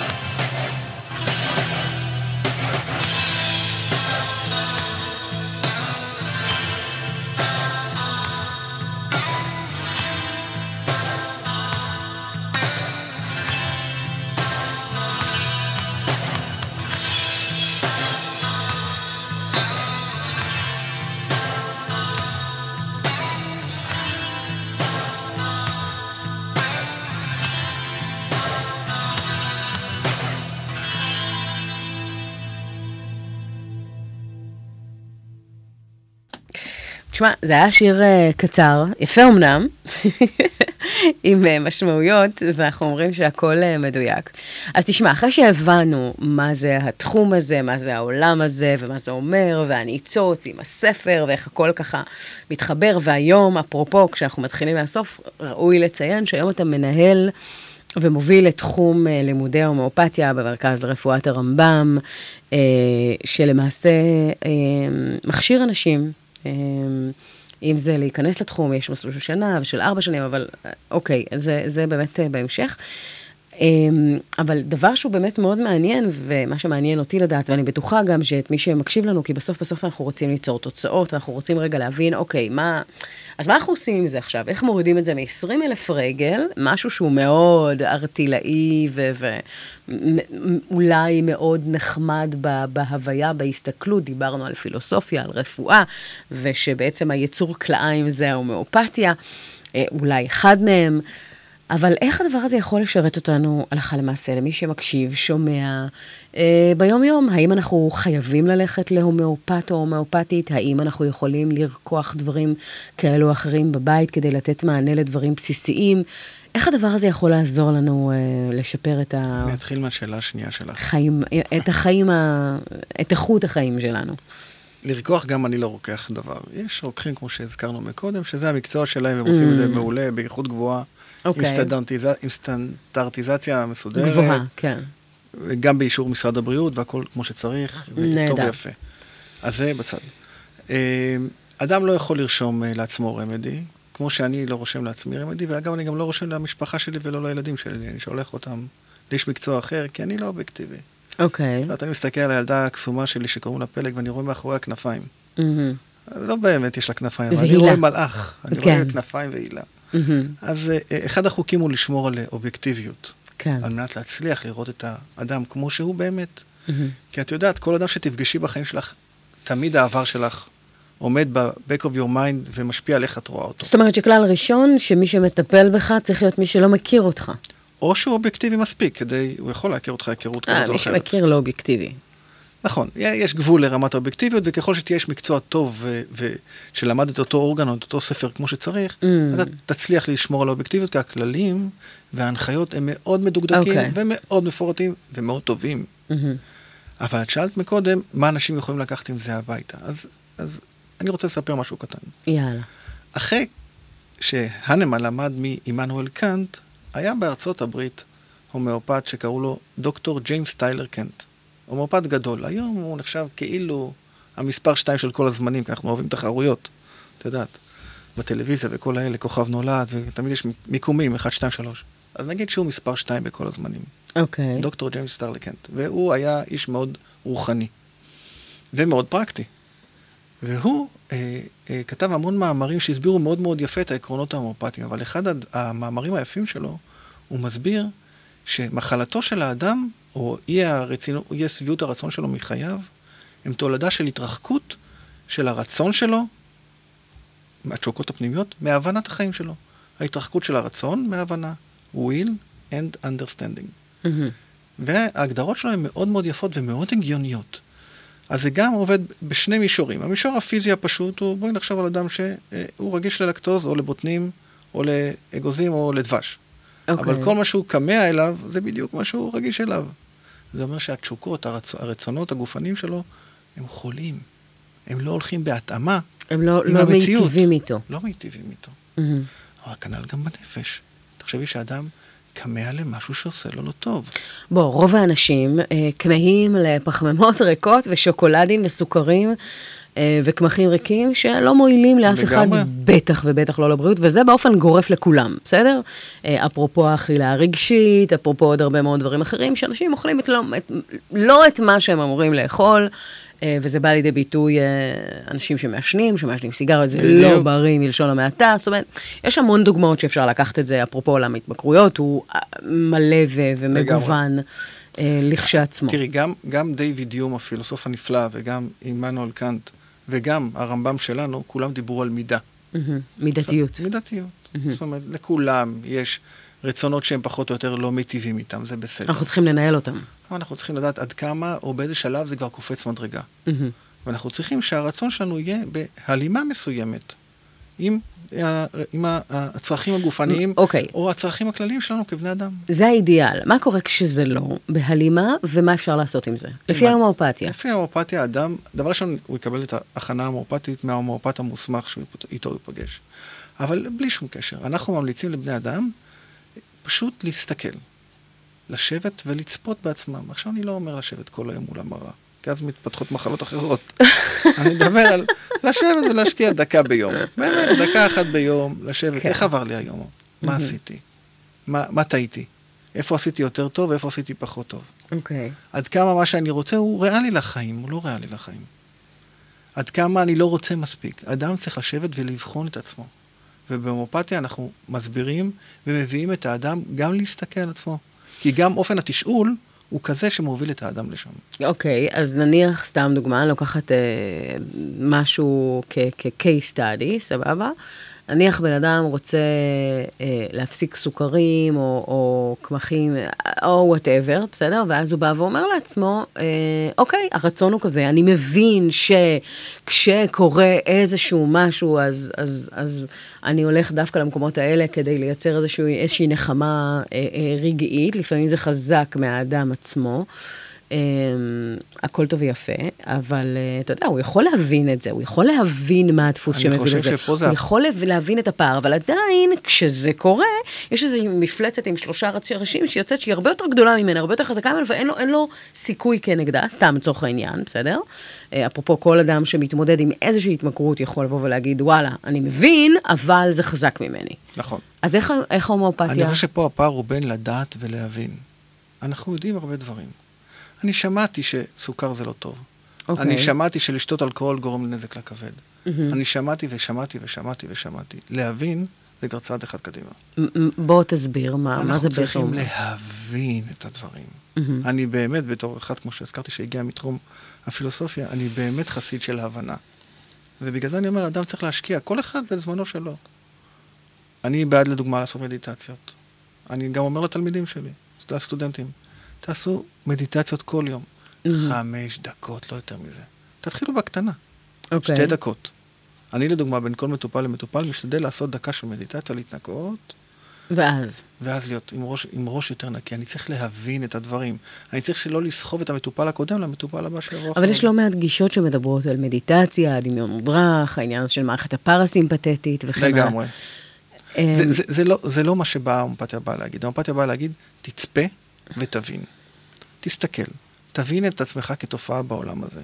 תשמע, זה היה שיר uh, קצר, יפה אמנם, עם uh, משמעויות, ואנחנו אומרים שהכל uh, מדויק. אז תשמע, אחרי שהבנו מה זה התחום הזה, מה זה העולם הזה, ומה זה אומר, והניצוץ עם הספר, ואיך הכל ככה מתחבר, והיום, אפרופו, כשאנחנו מתחילים מהסוף, ראוי לציין שהיום אתה מנהל ומוביל את תחום uh, לימודי ההומאופתיה במרכז רפואת הרמב"ם, uh, שלמעשה uh, מכשיר אנשים, אם זה להיכנס לתחום, יש מסלול של שנה ושל ארבע שנים, אבל אוקיי, זה, זה באמת בהמשך. אבל דבר שהוא באמת מאוד מעניין, ומה שמעניין אותי לדעת, ואני בטוחה גם שאת מי שמקשיב לנו, כי בסוף בסוף אנחנו רוצים ליצור תוצאות, אנחנו רוצים רגע להבין, אוקיי, מה, אז מה אנחנו עושים עם זה עכשיו? איך מורידים את זה מ-עשרים אלף רגל, משהו שהוא מאוד ארטילאי, ואולי מאוד נחמד בהוויה, בהסתכלות, דיברנו על פילוסופיה, על רפואה, ושבעצם היצור כלאיים זה ההומאופתיה, אולי אחד מהם, אבל איך הדבר הזה יכול לשרת אותנו הלכה למעשה, למי שמקשיב, שומע, אה, ביום יום? האם אנחנו חייבים ללכת להומאופת או הומאופתית? האם אנחנו יכולים לרקוח דברים כאלו או אחרים בבית כדי לתת מענה לדברים בסיסיים? איך הדבר הזה יכול לעזור לנו אה, לשפר את ה... אני אתחיל מהשאלה השנייה שלך. חיים, את החיים, ה... את איכות החיים שלנו. לרקוח גם אני לא רוקח דבר. יש רוקחים, כמו שהזכרנו מקודם, שזה המקצוע שלהם, הם עושים את זה מעולה, באיכות גבוהה. Okay. עם סטנדרטיזציה מסודרת. גבוהה, כן. גם באישור משרד הבריאות, והכל כמו שצריך, וטוב ויפה. אז זה בצד. אדם לא יכול לרשום לעצמו רמדי, כמו שאני לא רושם לעצמי רמדי, ואגב, אני גם לא רושם למשפחה שלי ולא לילדים שלי, אני שולח אותם לאיש מקצוע אחר, כי אני לא אובייקטיבי. אוקיי. ואתה מסתכל על הילדה הקסומה שלי שקוראים לה פלג, ואני רואה מאחורי הכנפיים. אז לא באמת יש לה כנפיים, אבל אני רואה מלאך, אני רואה כנפיים והילה. אז אחד החוקים הוא לשמור על אובייקטיביות, על מנת להצליח לראות את האדם כמו שהוא באמת. כי את יודעת, כל אדם שתפגשי בחיים שלך, תמיד העבר שלך עומד ב-back of your mind ומשפיע על איך את רואה אותו. זאת אומרת שכלל ראשון, שמי שמטפל בך צריך להיות מי שלא מכיר אותך. או שהוא אובייקטיבי מספיק, כדי, הוא יכול להכיר אותך היכרות כזאת או אחרת. מי שמכיר לא אובייקטיבי. נכון, יש גבול לרמת האובייקטיביות, וככל שתהיה יש מקצוע טוב, ושלמד את אותו אורגן או את אותו ספר כמו שצריך, אז אתה תצליח לשמור על האובייקטיביות, כי הכללים וההנחיות הם מאוד מדוקדקים, ומאוד מפורטים, ומאוד טובים. אבל את שאלת מקודם, מה אנשים יכולים לקחת עם זה הביתה. אז אני רוצה לספר משהו קטן. יאללה. אחרי שהנמן למד מעמנואל קאנט, היה בארצות הברית הומאופת שקראו לו דוקטור ג'יימס טיילר קנט. הומאופת גדול. היום הוא נחשב כאילו המספר שתיים של כל הזמנים, כי אנחנו אוהבים תחרויות, אתה יודעת, בטלוויזיה וכל האלה, כוכב נולד, ותמיד יש מיקומים, אחד, שתיים, שלוש. אז נגיד שהוא מספר שתיים בכל הזמנים. אוקיי. דוקטור ג'יימס סטארלי קנט, והוא היה איש מאוד רוחני, ומאוד פרקטי. והוא אה, אה, כתב המון מאמרים שהסבירו מאוד מאוד יפה את העקרונות ההומאופטיים, אבל אחד המאמרים היפים שלו, הוא מסביר שמחלתו של האדם, או אי, הרצינו, אי סביעות הרצון שלו מחייו, הם תולדה של התרחקות של הרצון שלו, מהתשוקות הפנימיות, מהבנת החיים שלו. ההתרחקות של הרצון מהבנה, will and understanding. Mm-hmm. וההגדרות שלו הן מאוד מאוד יפות ומאוד הגיוניות. אז זה גם עובד בשני מישורים. המישור הפיזי הפשוט הוא, בואי נחשוב על אדם שהוא רגיש ללקטוז או לבוטנים, או לאגוזים או לדבש. Okay. אבל כל מה שהוא קמא אליו, זה בדיוק מה שהוא רגיש אליו. זה אומר שהתשוקות, הרצ... הרצונות הגופניים שלו, הם חולים. הם לא הולכים בהתאמה הם לא, עם לא המציאות. מיטיבים איתו. לא מיטיבים איתו. Mm-hmm. אבל כנ"ל גם בנפש. תחשבי שאדם כמה למשהו שעושה לו לא טוב. בוא, רוב האנשים אה, כמהים לפחמימות ריקות ושוקולדים וסוכרים אה, וכמחים ריקים שלא מועילים לאף אחד, בטח ובטח לא לבריאות, וזה באופן גורף לכולם, בסדר? אה, אפרופו האכילה הרגשית, אפרופו עוד הרבה מאוד דברים אחרים, שאנשים אוכלים את לא, את, לא את מה שהם אמורים לאכול, וזה בא לידי ביטוי אנשים שמעשנים, שמעשנים סיגריות, זה לא בריא מלשון המעטה, זאת אומרת, יש המון דוגמאות שאפשר לקחת את זה, אפרופו עולם התמכרויות, הוא מלא ומגוון לכשעצמו. תראי, גם, גם דיוויד יום, הפילוסוף הנפלא, וגם עמנואל קאנט, וגם הרמב"ם שלנו, כולם דיברו על מידה. מידתיות. מידתיות. זאת אומרת, לכולם יש רצונות שהם פחות או יותר לא מיטיבים איתם, זה בסדר. אנחנו צריכים לנהל אותם. אנחנו צריכים לדעת עד כמה, או באיזה שלב זה כבר קופץ מדרגה. ואנחנו צריכים שהרצון שלנו יהיה בהלימה מסוימת, עם, עם הצרכים הגופניים, או הצרכים הכלליים שלנו כבני אדם. זה האידיאל. מה קורה כשזה לא בהלימה, ומה אפשר לעשות עם זה? לפי ההומאופתיה. לפי ההומאופתיה, האדם, דבר ראשון, הוא יקבל את ההכנה ההומאופתית מההומאופת המוסמך שאיתו הוא ייפגש. אבל בלי שום קשר. אנחנו ממליצים לבני אדם פשוט להסתכל. לשבת ולצפות בעצמם. עכשיו אני לא אומר לשבת כל היום מול המראה, כי אז מתפתחות מחלות אחרות. אני מדבר על לשבת ולהשקיע דקה ביום. באמת, דקה אחת ביום, לשבת. איך עבר לי היום? מה עשיתי? מה טעיתי? איפה עשיתי יותר טוב ואיפה עשיתי פחות טוב? עד כמה מה שאני רוצה הוא ריאלי לחיים, הוא לא ריאלי לחיים. עד כמה אני לא רוצה מספיק. אדם צריך לשבת ולבחון את עצמו. ובהומאופתיה אנחנו מסבירים ומביאים את האדם גם להסתכל על עצמו. כי גם אופן התשאול הוא כזה שמוביל את האדם לשם. אוקיי, okay, אז נניח, סתם דוגמה, אני לוקחת אה, משהו כ-case study, סבבה? נניח בן אדם רוצה אה, להפסיק סוכרים או, או קמחים, או whatever, בסדר? ואז הוא בא ואומר לעצמו, אה, אוקיי, הרצון הוא כזה, אני מבין שכשקורה איזשהו משהו, אז, אז, אז אני הולך דווקא למקומות האלה כדי לייצר איזשהו, איזושהי נחמה אה, אה, רגעית, לפעמים זה חזק מהאדם עצמו, הכל טוב ויפה, אבל אתה יודע, הוא יכול להבין את זה, הוא יכול להבין מה הדפוס שמביא לזה, הוא יכול להבין את הפער, אבל עדיין, כשזה קורה, יש איזו מפלצת עם שלושה ראשים שיוצאת שהיא הרבה יותר גדולה ממנה, הרבה יותר חזקה ממנה, ואין לו, אין לו סיכוי כנגדה, סתם לצורך העניין, בסדר? אפרופו, כל אדם שמתמודד עם איזושהי התמכרות יכול לבוא ולהגיד, וואלה, אני מבין, אבל זה חזק ממני. נכון. אז איך, איך ההומאופתיה? אני חושב שפה הפער הוא בין לדעת ולהבין. אנחנו יודעים הרבה דברים. אני שמעתי שסוכר זה לא טוב. Okay. אני שמעתי שלשתות אלכוהול גורם לנזק לכבד. Mm-hmm. אני שמעתי ושמעתי ושמעתי ושמעתי. להבין זה כבר צעד אחד קדימה. בוא תסביר מה, מה זה בעצם. אנחנו צריכים להבין את הדברים. Mm-hmm. אני באמת, בתור אחד, כמו שהזכרתי, שהגיע מתחום הפילוסופיה, אני באמת חסיד של ההבנה. ובגלל זה אני אומר, אדם צריך להשקיע, כל אחד בזמנו שלו. אני בעד לדוגמה לעשות מדיטציות. אני גם אומר לתלמידים שלי, לסטודנטים, תעשו מדיטציות כל יום. Mm-hmm. חמש דקות, לא יותר מזה. תתחילו בקטנה. Okay. שתי דקות. אני לדוגמה, בין כל מטופל למטופל, משתדל לעשות דקה של מדיטציה, להתנקות. ואז? ואז להיות עם ראש, עם ראש יותר נקי. אני צריך להבין את הדברים. אני צריך שלא לסחוב את המטופל הקודם למטופל הבא שיבוא. אבל יש לא מעט גישות שמדברות על מדיטציה, דמיון מודרך, העניין של מערכת הפרסימפתטית וכן הלאה. לגמרי. זה, זה, זה, לא, זה לא מה שבא ההומאופתיה באה להגיד. ההומאופתיה באה להגיד, תצפה ותבין. תסתכל. תבין את עצמך כתופעה בעולם הזה.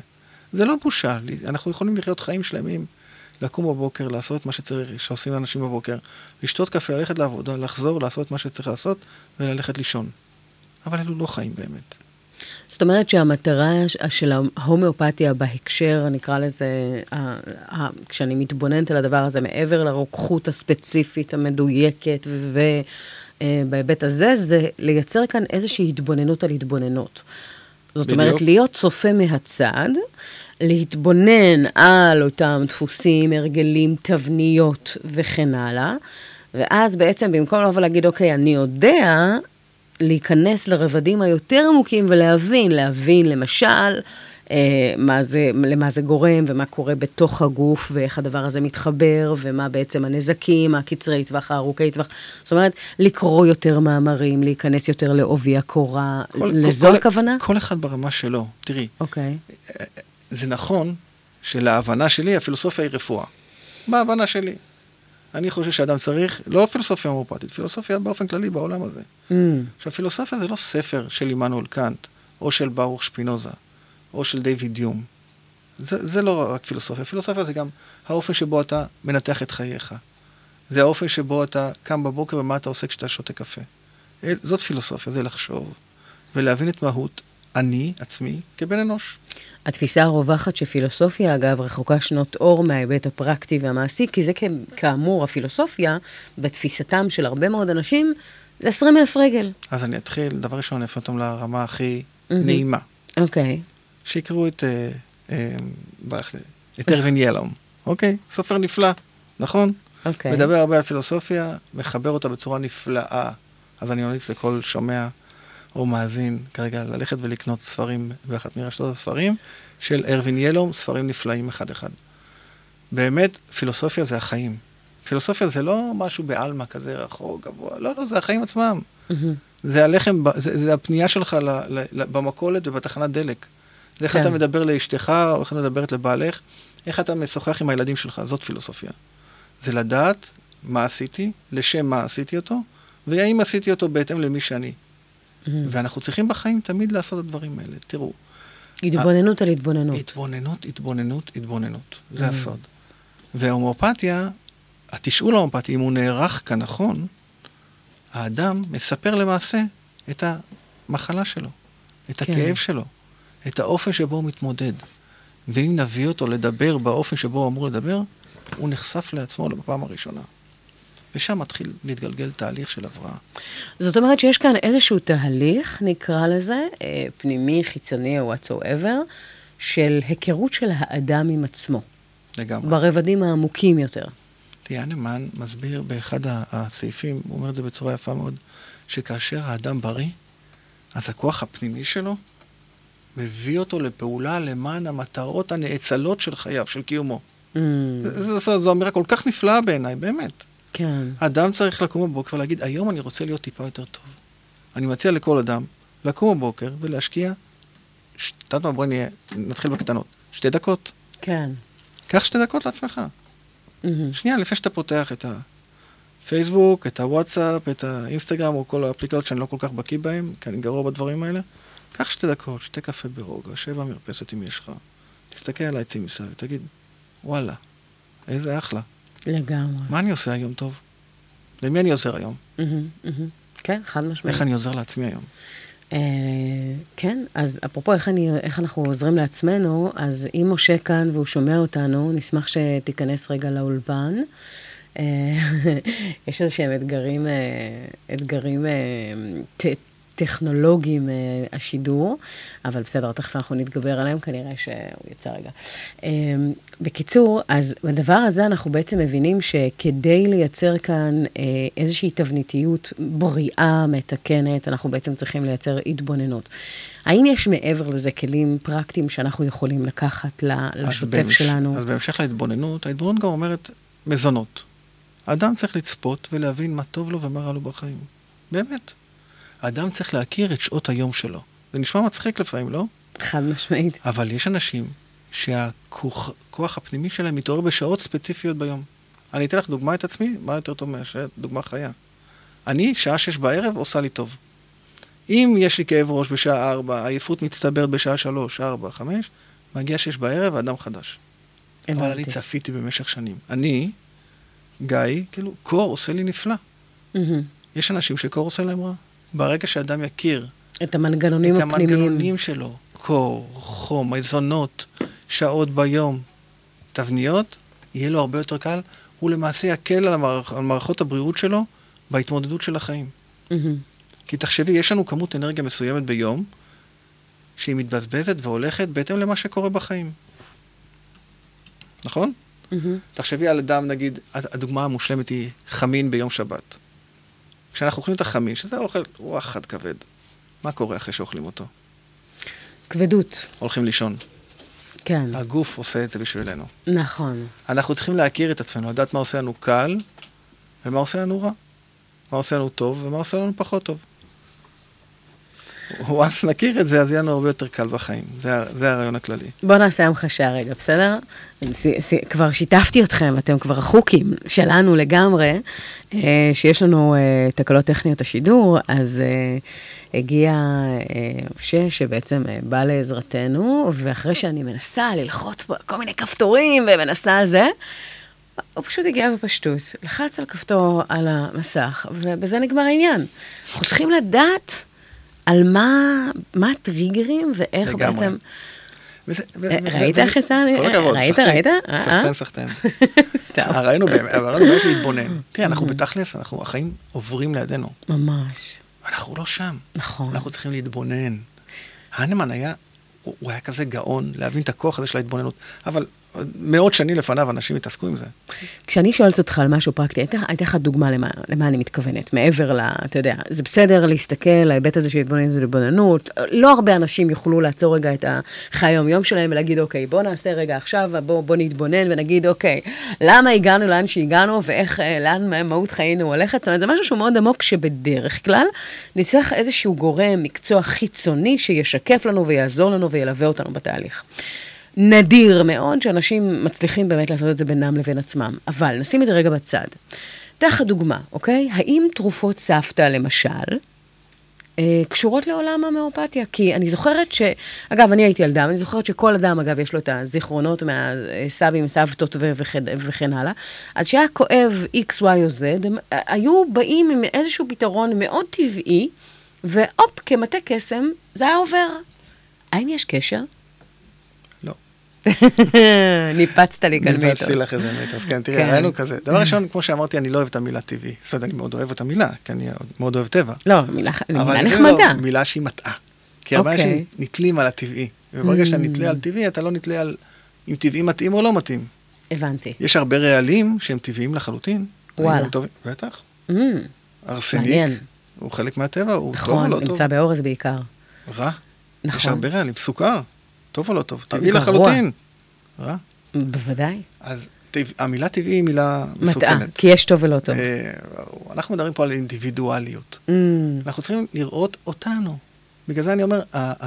זה לא בושה, אנחנו יכולים לחיות חיים שלמים, לקום בבוקר, לעשות מה שצריך, שעושים אנשים בבוקר, לשתות קפה, ללכת לעבודה, לחזור, לעשות מה שצריך לעשות, וללכת לישון. אבל אלו לא חיים באמת. זאת אומרת שהמטרה של ההומאופתיה בהקשר, נקרא לזה, כשאני מתבוננת על הדבר הזה, מעבר לרוקחות הספציפית המדויקת, ובהיבט הזה, זה לייצר כאן איזושהי התבוננות על התבוננות. זאת אומרת, להיות צופה מהצד, להתבונן על אותם דפוסים, הרגלים, תבניות וכן הלאה, ואז בעצם במקום לבוא להגיד, אוקיי, אני יודע, להיכנס לרבדים היותר עמוקים ולהבין, להבין למשל, אה, מה זה, למה זה גורם ומה קורה בתוך הגוף ואיך הדבר הזה מתחבר ומה בעצם הנזקים, הקצרי טווח, הארוכי טווח. זאת אומרת, לקרוא יותר מאמרים, להיכנס יותר לעובי הקורה, לזו כל, הכוונה? כל אחד ברמה שלו, תראי. אוקיי. זה נכון שלהבנה שלי הפילוסופיה היא רפואה. בהבנה שלי. אני חושב שאדם צריך, לא פילוסופיה הומאופתית, פילוסופיה באופן כללי בעולם הזה. Mm. עכשיו, פילוסופיה זה לא ספר של עמנואל קאנט, או של ברוך שפינוזה, או של דיוויד יום. זה, זה לא רק פילוסופיה. פילוסופיה זה גם האופן שבו אתה מנתח את חייך. זה האופן שבו אתה קם בבוקר ומה אתה עושה כשאתה שותה קפה. זאת פילוסופיה, זה לחשוב, ולהבין את מהות אני, עצמי, כבן אנוש. התפיסה הרווחת שפילוסופיה, אגב, רחוקה שנות אור מההיבט הפרקטי והמעשי, כי זה כאמור, הפילוסופיה, בתפיסתם של הרבה מאוד אנשים, זה עשרים אלף רגל. אז אני אתחיל, דבר ראשון, אני אפנה אותם לרמה הכי נעימה. אוקיי. שיקראו את, את ארווין ילום, אוקיי? סופר נפלא, נכון? אוקיי. מדבר הרבה על פילוסופיה, מחבר אותה בצורה נפלאה. אז אני ממליץ לכל שומע או מאזין כרגע ללכת ולקנות ספרים באחת מרשתות הספרים של ארווין ילום, ספרים נפלאים אחד אחד. באמת, פילוסופיה זה החיים. פילוסופיה זה לא משהו בעלמא כזה רחוק, גבוה, לא, לא, זה החיים עצמם. Mm-hmm. זה הלחם, זה, זה הפנייה שלך ל, ל, ל, במקולת ובתחנת דלק. זה איך כן. אתה מדבר לאשתך, או איך אתה מדברת לבעלך, איך אתה משוחח עם הילדים שלך, זאת פילוסופיה. זה לדעת מה עשיתי, לשם מה עשיתי אותו, והאם עשיתי אותו בהתאם למי שאני. Mm-hmm. ואנחנו צריכים בחיים תמיד לעשות את הדברים האלה. תראו. התבוננות על התבוננות. התבוננות, התבוננות, התבוננות. זה mm-hmm. הסוד. וההומאופתיה, התשאול ההומאופתי, אם הוא נערך כנכון, האדם מספר למעשה את המחלה שלו, את כן. הכאב שלו, את האופן שבו הוא מתמודד. ואם נביא אותו לדבר באופן שבו הוא אמור לדבר, הוא נחשף לעצמו בפעם הראשונה. ושם מתחיל להתגלגל תהליך של הבראה. זאת אומרת שיש כאן איזשהו תהליך, נקרא לזה, פנימי, חיצוני או whatsoever, של היכרות של האדם עם עצמו. לגמרי. ברבדים העמוקים יותר. תהיה נמן מסביר באחד הסעיפים, הוא אומר את זה בצורה יפה מאוד, שכאשר האדם בריא, אז הכוח הפנימי שלו מביא אותו לפעולה למען המטרות הנאצלות של חייו, של קיומו. Mm. זו, זו, זו אמירה כל כך נפלאה בעיניי, באמת. כן. האדם צריך לקום בבוקר ולהגיד, היום אני רוצה להיות טיפה יותר טוב. אני מציע לכל אדם לקום בבוקר ולהשקיע, שתת מה, בואי נהיה, נתחיל בקטנות, שתי דקות. כן. קח שתי דקות לעצמך. Mm-hmm. שנייה, לפני שאתה פותח את הפייסבוק, את הוואטסאפ, את האינסטגרם, או כל האפליקציות שאני לא כל כך בקיא בהם, כי אני גרוע בדברים האלה, קח שתי דקות, שתי קפה ברוגע, שב במרפסת אם יש לך, תסתכל על העצים מסביב, תגיד, וואלה, איזה אחלה. לגמרי. מה אני עושה היום טוב? למי אני עוזר היום? Mm-hmm, mm-hmm. כן, חד משמעית. איך אני עוזר לעצמי היום? Uh, כן, אז אפרופו איך, אני, איך אנחנו עוזרים לעצמנו, אז אם משה כאן והוא שומע אותנו, נשמח שתיכנס רגע לאולפן. Uh, יש איזה שהם אתגרים, uh, אתגרים uh, ט- טכנולוגיים uh, השידור, אבל בסדר, תכף אנחנו נתגבר עליהם, כנראה שהוא יצא רגע. Uh, בקיצור, אז בדבר הזה אנחנו בעצם מבינים שכדי לייצר כאן uh, איזושהי תבניתיות בריאה, מתקנת, אנחנו בעצם צריכים לייצר התבוננות. האם יש מעבר לזה כלים פרקטיים שאנחנו יכולים לקחת לשוטף אז שלנו? אז בהמשך להתבוננות, ההתבוננות גם אומרת מזונות. האדם צריך לצפות ולהבין מה טוב לו ומה רע לו בחיים. באמת. האדם צריך להכיר את שעות היום שלו. זה נשמע מצחיק לפעמים, לא? חד משמעית. אבל יש אנשים שהכוח הפנימי שלהם מתעורר בשעות ספציפיות ביום. אני אתן לך דוגמה את עצמי, מה יותר טוב מהדוגמה חיה. אני, שעה שש בערב, עושה לי טוב. אם יש לי כאב ראש בשעה ארבע, עייפות מצטברת בשעה שלוש, ארבע, חמש, מגיע שש בערב, האדם חדש. אבל אני צפיתי במשך שנים. אני, גיא, כאילו, קור עושה לי נפלא. יש אנשים שקור עושה להם רע. ברגע שאדם יכיר את המנגנונים את הפנימיים. המנגנונים שלו, קור, חום, מזונות, שעות ביום, תבניות, יהיה לו הרבה יותר קל, הוא למעשה יקל על, המערכ... על מערכות הבריאות שלו בהתמודדות של החיים. Mm-hmm. כי תחשבי, יש לנו כמות אנרגיה מסוימת ביום, שהיא מתבזבזת והולכת בהתאם למה שקורה בחיים. נכון? Mm-hmm. תחשבי על אדם, נגיד, הדוגמה המושלמת היא חמין ביום שבת. כשאנחנו אוכלים את החמין, שזה אוכל רוח חד כבד, מה קורה אחרי שאוכלים אותו? כבדות. הולכים לישון. כן. הגוף עושה את זה בשבילנו. נכון. אנחנו צריכים להכיר את עצמנו, לדעת מה עושה לנו קל, ומה עושה לנו רע. מה עושה לנו טוב, ומה עושה לנו פחות טוב. once נכיר את זה, אז יהיה לנו הרבה יותר קל בחיים. זה, זה הרעיון הכללי. בואו נעשה המחשה רגע, בסדר? כבר שיתפתי אתכם, אתם כבר החוקים שלנו לגמרי, שיש לנו תקלות טכניות השידור, אז הגיע משה שבעצם בא לעזרתנו, ואחרי שאני מנסה ללחוץ פה כל מיני כפתורים ומנסה על זה, הוא פשוט הגיע בפשטות, לחץ על כפתור על המסך, ובזה נגמר העניין. אנחנו צריכים לדעת על מה, מה הטריגרים ואיך בעצם... ראית איך יצא לי? כל הכבוד, ראית, ראית? סחטן, סחטן. סתם. הרעיון הוא באמת להתבונן. תראה, אנחנו בתכלס, אנחנו, החיים עוברים לידינו. ממש. אנחנו לא שם. נכון. אנחנו צריכים להתבונן. הנמן היה, הוא היה כזה גאון, להבין את הכוח הזה של ההתבוננות, אבל מאות שנים לפניו אנשים התעסקו עם זה. כשאני שואלת אותך על משהו פרקטי, הייתה לך דוגמה למה, למה אני מתכוונת, מעבר ל, אתה יודע, זה בסדר להסתכל, ההיבט הזה של התבוננות זה להתבוננות, לא הרבה אנשים יוכלו לעצור רגע את החיי היום-יום שלהם ולהגיד, אוקיי, בוא נעשה רגע עכשיו, בוא, בוא נתבונן ונגיד, אוקיי, למה הגענו לאן שהגענו ואיך, לאן מהות חיינו הולכת, זאת אומרת, זה משהו שהוא מאוד עמוק שבדרך כלל נצטרך איזשהו גורם, מקצוע חיצוני שישקף לנו ויעזור לנו וילווה אותנו בתהליך. נדיר מאוד שאנשים מצליחים באמת לעשות את זה בינם לבין עצמם. אבל נשים את זה רגע בצד. דרך הדוגמה, אוקיי? האם תרופות סבתא, למשל, אה, קשורות לעולם המאופתיה? כי אני זוכרת ש... אגב, אני הייתי ילדה, ואני זוכרת שכל אדם, אגב, יש לו את הזיכרונות מהסבים, סבתות וכן, וכן הלאה. אז שהיה כואב X, Y או Z, הם היו באים עם איזשהו פתרון מאוד טבעי, ואופ, כמטה קסם, זה היה עובר. האם יש קשר? ניפצת לי כאן מיתוס. ניפצתי לך איזה מיתוס, כן, תראי, ראינו כזה. דבר ראשון, כמו שאמרתי, אני לא אוהב את המילה טבעי. זאת אומרת, אני מאוד אוהב את המילה, כי אני מאוד אוהב טבע. לא, מילה נחמדה. אבל מילה שהיא מטעה. כי הרבה אנשים נתלים על הטבעי. וברגע שאתה נתלה על טבעי, אתה לא נתלה על אם טבעי מתאים או לא מתאים. הבנתי. יש הרבה רעלים שהם טבעיים לחלוטין. וואלה. בטח. ארסניק, הוא חלק מהטבע, הוא טוב או לא טוב. נכון, נמצא באורז בעיקר. רע. יש הרבה רעלים, סוכר. טוב או לא טוב? טבעי לחלוטין. רע? בוודאי. אז המילה טבעי היא מילה מסוכנת. מטעה, כי יש טוב ולא טוב. אנחנו מדברים פה על אינדיבידואליות. אנחנו צריכים לראות אותנו. בגלל זה אני אומר,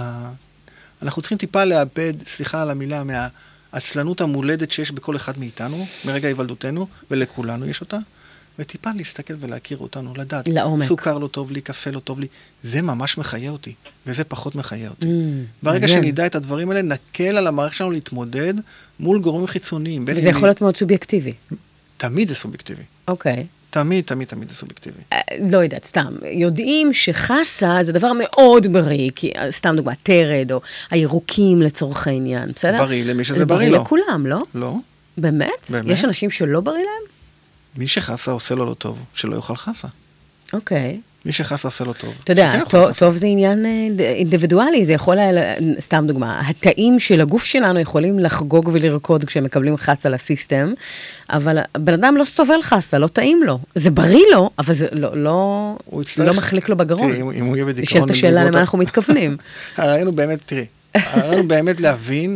אנחנו צריכים טיפה לאבד, סליחה על המילה, מהעצלנות המולדת שיש בכל אחד מאיתנו, מרגע היוולדותנו, ולכולנו יש אותה, וטיפה להסתכל ולהכיר אותנו, לדעת. לעומק. סוכר לא טוב לי, קפה לא טוב לי. זה ממש מחיה אותי, וזה פחות מחיה אותי. ברגע שנדע את הדברים האלה, נקל על המערכת שלנו להתמודד מול גורמים חיצוניים. וזה יכול להיות מאוד סובייקטיבי. תמיד זה סובייקטיבי. אוקיי. תמיד, תמיד, תמיד זה סובייקטיבי. לא יודעת, סתם. יודעים שחסה זה דבר מאוד בריא, כי סתם דוגמה, תרד, או הירוקים לצורך העניין, בסדר? בריא למי שזה בריא לו. בריא לכולם, לא? לא. באמת? באמת? יש אנשים שלא בריא להם? מי שחסה עושה לו לא טוב, שלא יאכל חסה. אוקיי. מי שחסה עושה לו טוב. אתה יודע, טוב, טוב זה עניין אינדיבידואלי, זה יכול, סתם דוגמה, התאים של הגוף שלנו יכולים לחגוג ולרקוד כשהם מקבלים חסה לסיסטם, אבל בן אדם לא סובל חסה, לא טעים לו. זה בריא לו, אבל זה לא, לא, לא מחליק לו בגרון. תראי, אם הוא יהיה בדיכאון... נשאלת השאלה למה אנחנו מתכוונים. הרעיון הוא באמת, תראי, הרעיון הוא באמת להבין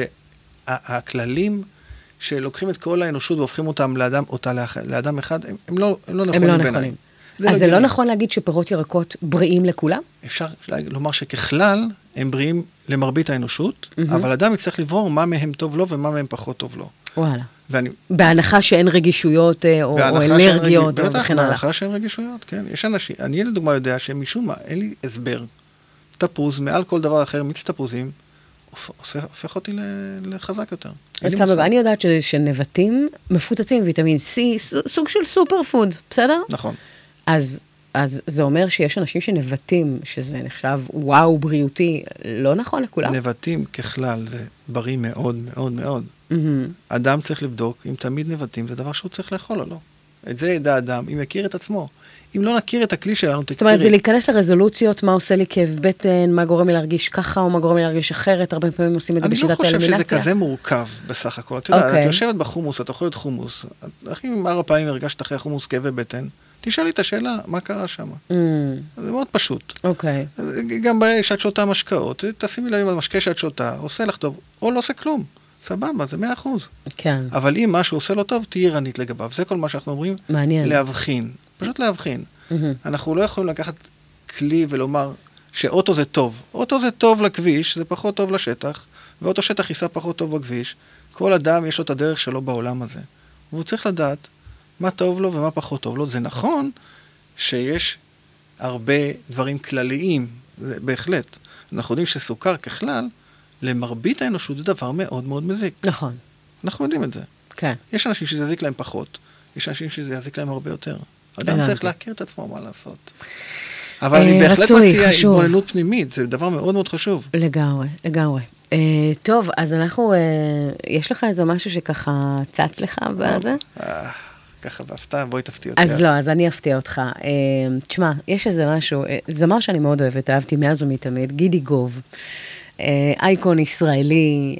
שהכללים שלוקחים את כל האנושות והופכים אותם לאדם, אותה לאדם אחד, הם לא, הם לא נכונים בעיניי. אז זה לא נכון להגיד שפירות ירקות בריאים לכולם? אפשר לומר שככלל הם בריאים למרבית האנושות, אבל אדם יצטרך לברור מה מהם טוב לו ומה מהם פחות טוב לו. וואלה. בהנחה שאין רגישויות או אלרגיות וכן הלאה. בהנחה שאין רגישויות, כן. יש אנשים, אני לדוגמה יודע שמשום מה, אין לי הסבר. תפוז, מעל כל דבר אחר, מיץ תפוזים, הופך אותי לחזק יותר. אז סבבה, אני יודעת שנבטים מפוצצים ויטמין C, סוג של סופר פוד, בסדר? נכון. אז, אז זה אומר שיש אנשים שנבטים, שזה נחשב וואו בריאותי, לא נכון לכולם? נבטים ככלל זה בריא מאוד מאוד מאוד. Mm-hmm. אדם צריך לבדוק אם תמיד נבטים זה דבר שהוא צריך לאכול או לא. את זה ידע אדם, אם יכיר את עצמו. אם לא נכיר את הכלי שלנו, תכירי. זאת אומרת, זה להיכנס לרזולוציות, מה עושה לי כאב בטן, מה גורם לי להרגיש ככה, או מה גורם לי להרגיש אחרת, הרבה פעמים עושים את זה בשיטת האלמינציה. אני לא חושב שזה כזה מורכב בסך הכל. את יודעת, את יושבת בחומוס, את אוכלת חומוס, אם ארבע פעמים הרגשת אחרי החומוס כאבי בטן, תשאלי את השאלה, מה קרה שם? זה מאוד פשוט. אוקיי. גם שאת שותה משקאות, תשימי לב, המשקה שאת שותה, עושה לך טוב, או לא עושה כלום. סבבה, זה מאה אחוז. כן. אבל אם משהו עושה לו טוב, תהיי ערנית לגביו. זה כל מה שאנחנו אומרים. מעניין. להבחין. פשוט להבחין. אנחנו לא יכולים לקחת כלי ולומר שאוטו זה טוב. אוטו זה טוב לכביש, זה פחות טוב לשטח, ואוטו שטח ייסע פחות טוב בכביש. כל אדם יש לו את הדרך שלו בעולם הזה. והוא צריך לדעת מה טוב לו ומה פחות טוב לו. זה נכון שיש הרבה דברים כלליים, זה בהחלט. אנחנו יודעים שסוכר ככלל, למרבית האנושות זה דבר מאוד מאוד מזיק. נכון. אנחנו יודעים את זה. כן. יש אנשים שזה יזיק להם פחות, יש אנשים שזה יזיק להם הרבה יותר. אדם צריך להכיר את עצמו מה לעשות. אבל אני בהחלט מציע התבוננות פנימית, זה דבר מאוד מאוד חשוב. לגמרי, לגמרי. טוב, אז אנחנו, יש לך איזה משהו שככה צץ לך בזה? ככה בהפתעה, בואי תפתיע אותי. אז לא, אז אני אפתיע אותך. תשמע, יש איזה משהו, זמר שאני מאוד אוהבת, אהבתי מאז ומתמיד, גידי גוב. אייקון ישראלי,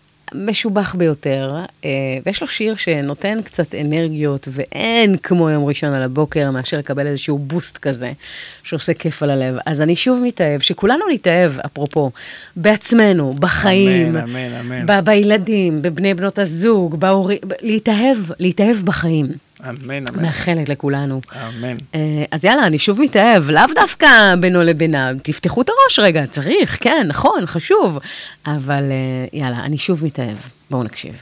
משובח ביותר, ויש לו שיר שנותן קצת אנרגיות, ואין כמו יום ראשון על הבוקר, מאשר לקבל איזשהו בוסט כזה, שעושה כיף על הלב. אז אני שוב מתאהב, שכולנו נתאהב, אפרופו, בעצמנו, בחיים, אמן, אמן, אמן. בילדים, בבני בנות הזוג, בהורים, להתאהב, להתאהב בחיים. אמן, אמן. מאחלת לכולנו. אמן. אז יאללה, אני שוב מתאהב, לאו דווקא בינו לבינה, תפתחו את הראש רגע, צריך, כן, נכון, חשוב, אבל יאללה, אני שוב מתאהב, בואו נקשיב.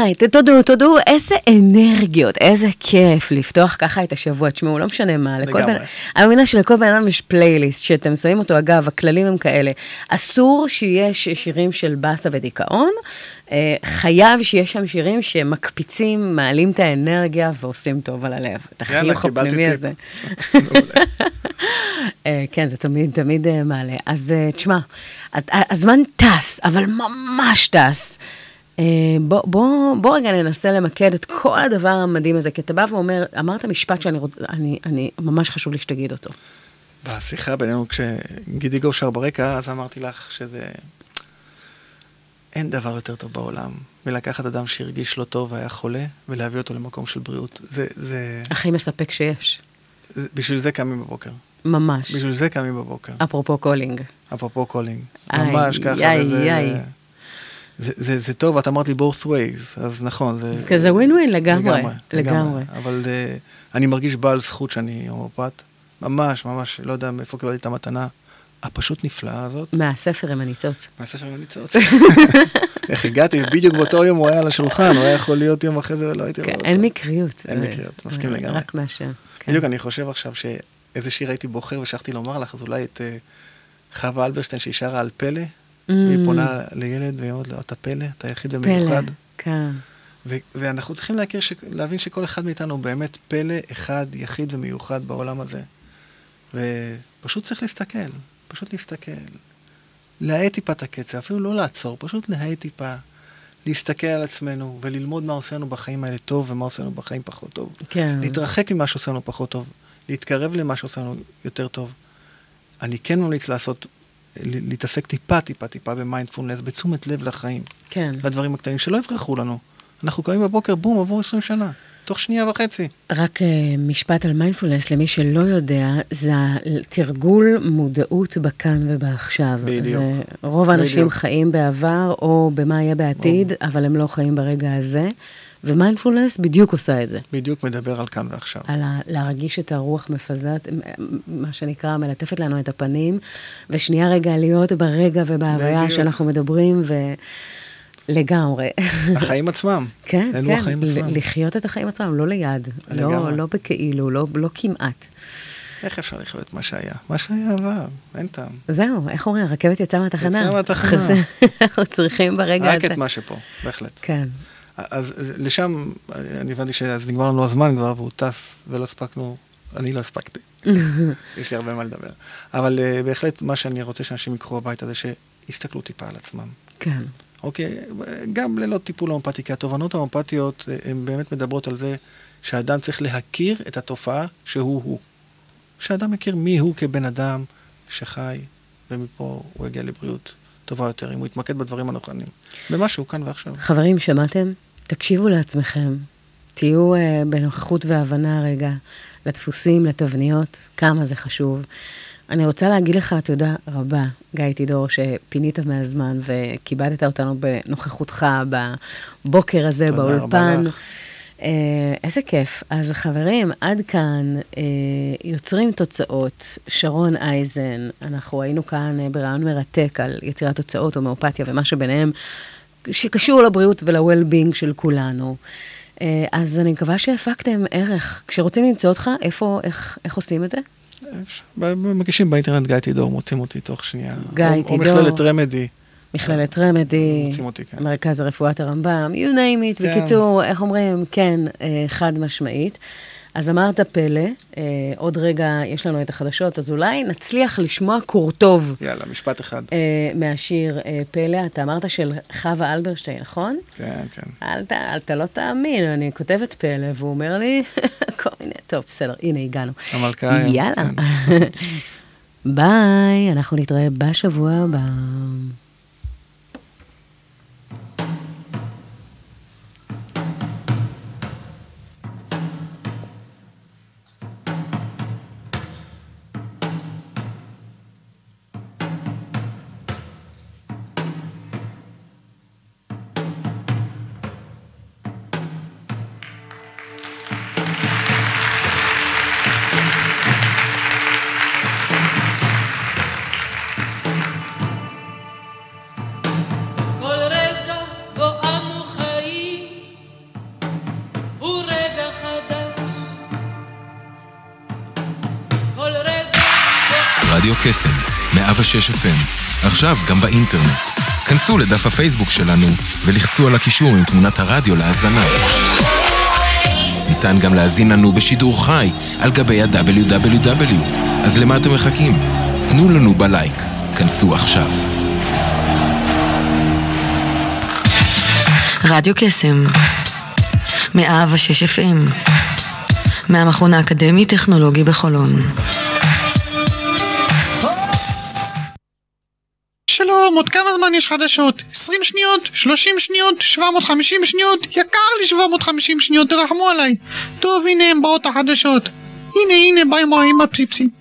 די, תודו, תודו, איזה אנרגיות, איזה כיף לפתוח ככה את השבוע. תשמעו, לא משנה מה. לגמרי. אני מבינה שלכל בן אדם יש פלייליסט, שאתם שמים אותו, אגב, הכללים הם כאלה. אסור שיש שירים של בסה ודיכאון, חייב שיש שם שירים שמקפיצים, מעלים את האנרגיה ועושים טוב על הלב. את החיוך הפנימי הזה. כן, זה תמיד, תמיד מעלה. אז תשמע, הזמן טס, אבל ממש טס. בוא, בוא, בוא רגע ננסה למקד את כל הדבר המדהים הזה, כי אתה בא ואומר, אמרת משפט שאני רוצה, אני, אני, ממש חשוב לי שתגיד אותו. בשיחה בינינו, כשגידי גו שר ברקע, אז אמרתי לך שזה... אין דבר יותר טוב בעולם, מלקחת אדם שהרגיש לא טוב והיה חולה, ולהביא אותו למקום של בריאות. זה, זה... הכי מספק שיש. זה, בשביל זה קמים בבוקר. ממש. בשביל זה קמים בבוקר. אפרופו קולינג. אפרופו קולינג. ממש ככה, יאי, וזה... יאי. זה, זה, זה טוב, את אמרת לי both ways, אז נכון. זה, זה כזה ווין ווין לגמרי. לגמרי. לגמרי. אבל uh, אני מרגיש בעל זכות שאני הומופת. ממש, ממש, לא יודע מאיפה קיבלתי את המתנה. הפשוט נפלאה הזאת. מהספר עם הניצוץ. מהספר עם הניצוץ. איך הגעתי, בדיוק באותו יום הוא היה על השולחן, הוא היה יכול להיות יום אחרי זה ולא הייתי רואה אותו. אין מקריות. אין מקריות, מסכים לגמרי. רק מהשם. בדיוק אני חושב עכשיו שאיזה שיר הייתי בוחר ושכחתי לומר לך, אז אולי את חווה אלברשטיין שהיא שרה על פלא, והיא פונה לילד והיא אומרת לו, אתה פלא, אתה יחיד ומיוחד. פלא, כן. ואנחנו צריכים להבין שכל אחד מאיתנו הוא באמת פלא אחד, יחיד ומיוחד בעולם הזה. ופשוט צריך להסתכל. פשוט להסתכל, להאט טיפה את הקצה, אפילו לא לעצור, פשוט להאט טיפה, להסתכל על עצמנו וללמוד מה עושה לנו בחיים האלה טוב ומה עושה לנו בחיים פחות טוב. כן. להתרחק ממה שעושה לנו פחות טוב, להתקרב למה שעושה לנו יותר טוב. אני כן ממליץ לעשות, להתעסק טיפה, טיפה, טיפה במיינדפולנס, בתשומת לב לחיים. כן. לדברים הקטנים שלא יברחו לנו. אנחנו קמים בבוקר, בום, עבור עשרים שנה. תוך שנייה וחצי. רק uh, משפט על מיינדפולנס, למי שלא יודע, זה תרגול מודעות בכאן ובעכשיו. בדיוק. רוב האנשים בדיוק. חיים בעבר או במה יהיה בעתיד, או. אבל הם לא חיים ברגע הזה, ומיינדפולנס בדיוק עושה את זה. בדיוק מדבר על כאן ועכשיו. על ה- להרגיש את הרוח מפזרת, מה שנקרא, מלטפת לנו את הפנים, ושנייה רגע להיות ברגע ובהוויה שאנחנו מדברים, ו... לגמרי. החיים עצמם. כן, אלו כן. החיים עצמם. לחיות את החיים עצמם, לא ליד. לא, לא בכאילו, לא, לא כמעט. איך אפשר לחיות מה שהיה? מה שהיה עבר, אין טעם. זהו, איך אומרים? הרכבת יצאה מהתחנה. יצאה מהתחנה. אנחנו צריכים ברגע הזה. רק את מה שפה, בהחלט. כן. אז לשם, אני הבנתי שאז נגמר לנו הזמן כבר, והוא טס, ולא הספקנו, אני לא הספקתי. יש לי הרבה מה לדבר. אבל בהחלט מה שאני רוצה שאנשים יקחו הביתה זה שיסתכלו טיפה על עצמם. כן. אוקיי, גם ללא טיפול הומופתי, כי התובנות ההומופתיות הן באמת מדברות על זה שהאדם צריך להכיר את התופעה שהוא הוא. שהאדם מכיר מי הוא כבן אדם שחי, ומפה הוא יגיע לבריאות טובה יותר, אם הוא יתמקד בדברים הנכונים. במה שהוא כאן ועכשיו. חברים, שמעתם? תקשיבו לעצמכם. תהיו uh, בנוכחות והבנה רגע לדפוסים, לתבניות, כמה זה חשוב. אני רוצה להגיד לך תודה רבה, גיא תידור, שפינית מהזמן וכיבדת אותנו בנוכחותך בבוקר הזה, תודה באולפן. רבה לך. איזה כיף. אז חברים, עד כאן יוצרים תוצאות, שרון אייזן, אנחנו היינו כאן ברעיון מרתק על יצירת תוצאות, הומאופתיה ומה שביניהם, שקשור לבריאות ול-well-being של כולנו. אז אני מקווה שהפקתם ערך. כשרוצים למצוא אותך, איפה, איך, איך עושים את זה? מגישים באינטרנט גיא תידור, מוצאים אותי תוך שנייה. גיא או, תידור. או מכללת רמדי. מכללת רמדי. מוצאים אותי, כן. מרכז רפואת הרמב"ם, you name it. כן. בקיצור, איך אומרים? כן, חד משמעית. אז אמרת פלא, אה, עוד רגע יש לנו את החדשות, אז אולי נצליח לשמוע קור טוב. יאללה, משפט אחד. אה, מהשיר אה, פלא, אתה אמרת של חווה אלברשטיין, נכון? כן, כן. אל, אל, אתה לא תאמין, אני כותבת פלא, והוא אומר לי, כל מיני, טוב, בסדר, הנה, הגענו. המלכה. יאללה. כן. ביי, אנחנו נתראה בשבוע הבא. רדיו קסם, מאה ושש אף אם, עכשיו גם באינטרנט. כנסו לדף הפייסבוק שלנו ולחצו על הקישור עם תמונת הרדיו להאזנה. ניתן גם להזין לנו בשידור חי על גבי ה-דאבליו דאבליו דאבליו. אז למה אתם מחכים? תנו לנו בלייק. כנסו עכשיו. רדיו קסם, מאה ושש אף אם, מהמכון האקדמי-טכנולוגי בחולון. שלום, עוד כמה זמן יש חדשות? עשרים שניות? שלושים שניות? שבע מאות וחמישים שניות? יקר לי שבע מאות וחמישים שניות, תרחמו עליי. טוב, הנה הם באות החדשות. הנה, הנה, באים רואים הפסיפסים.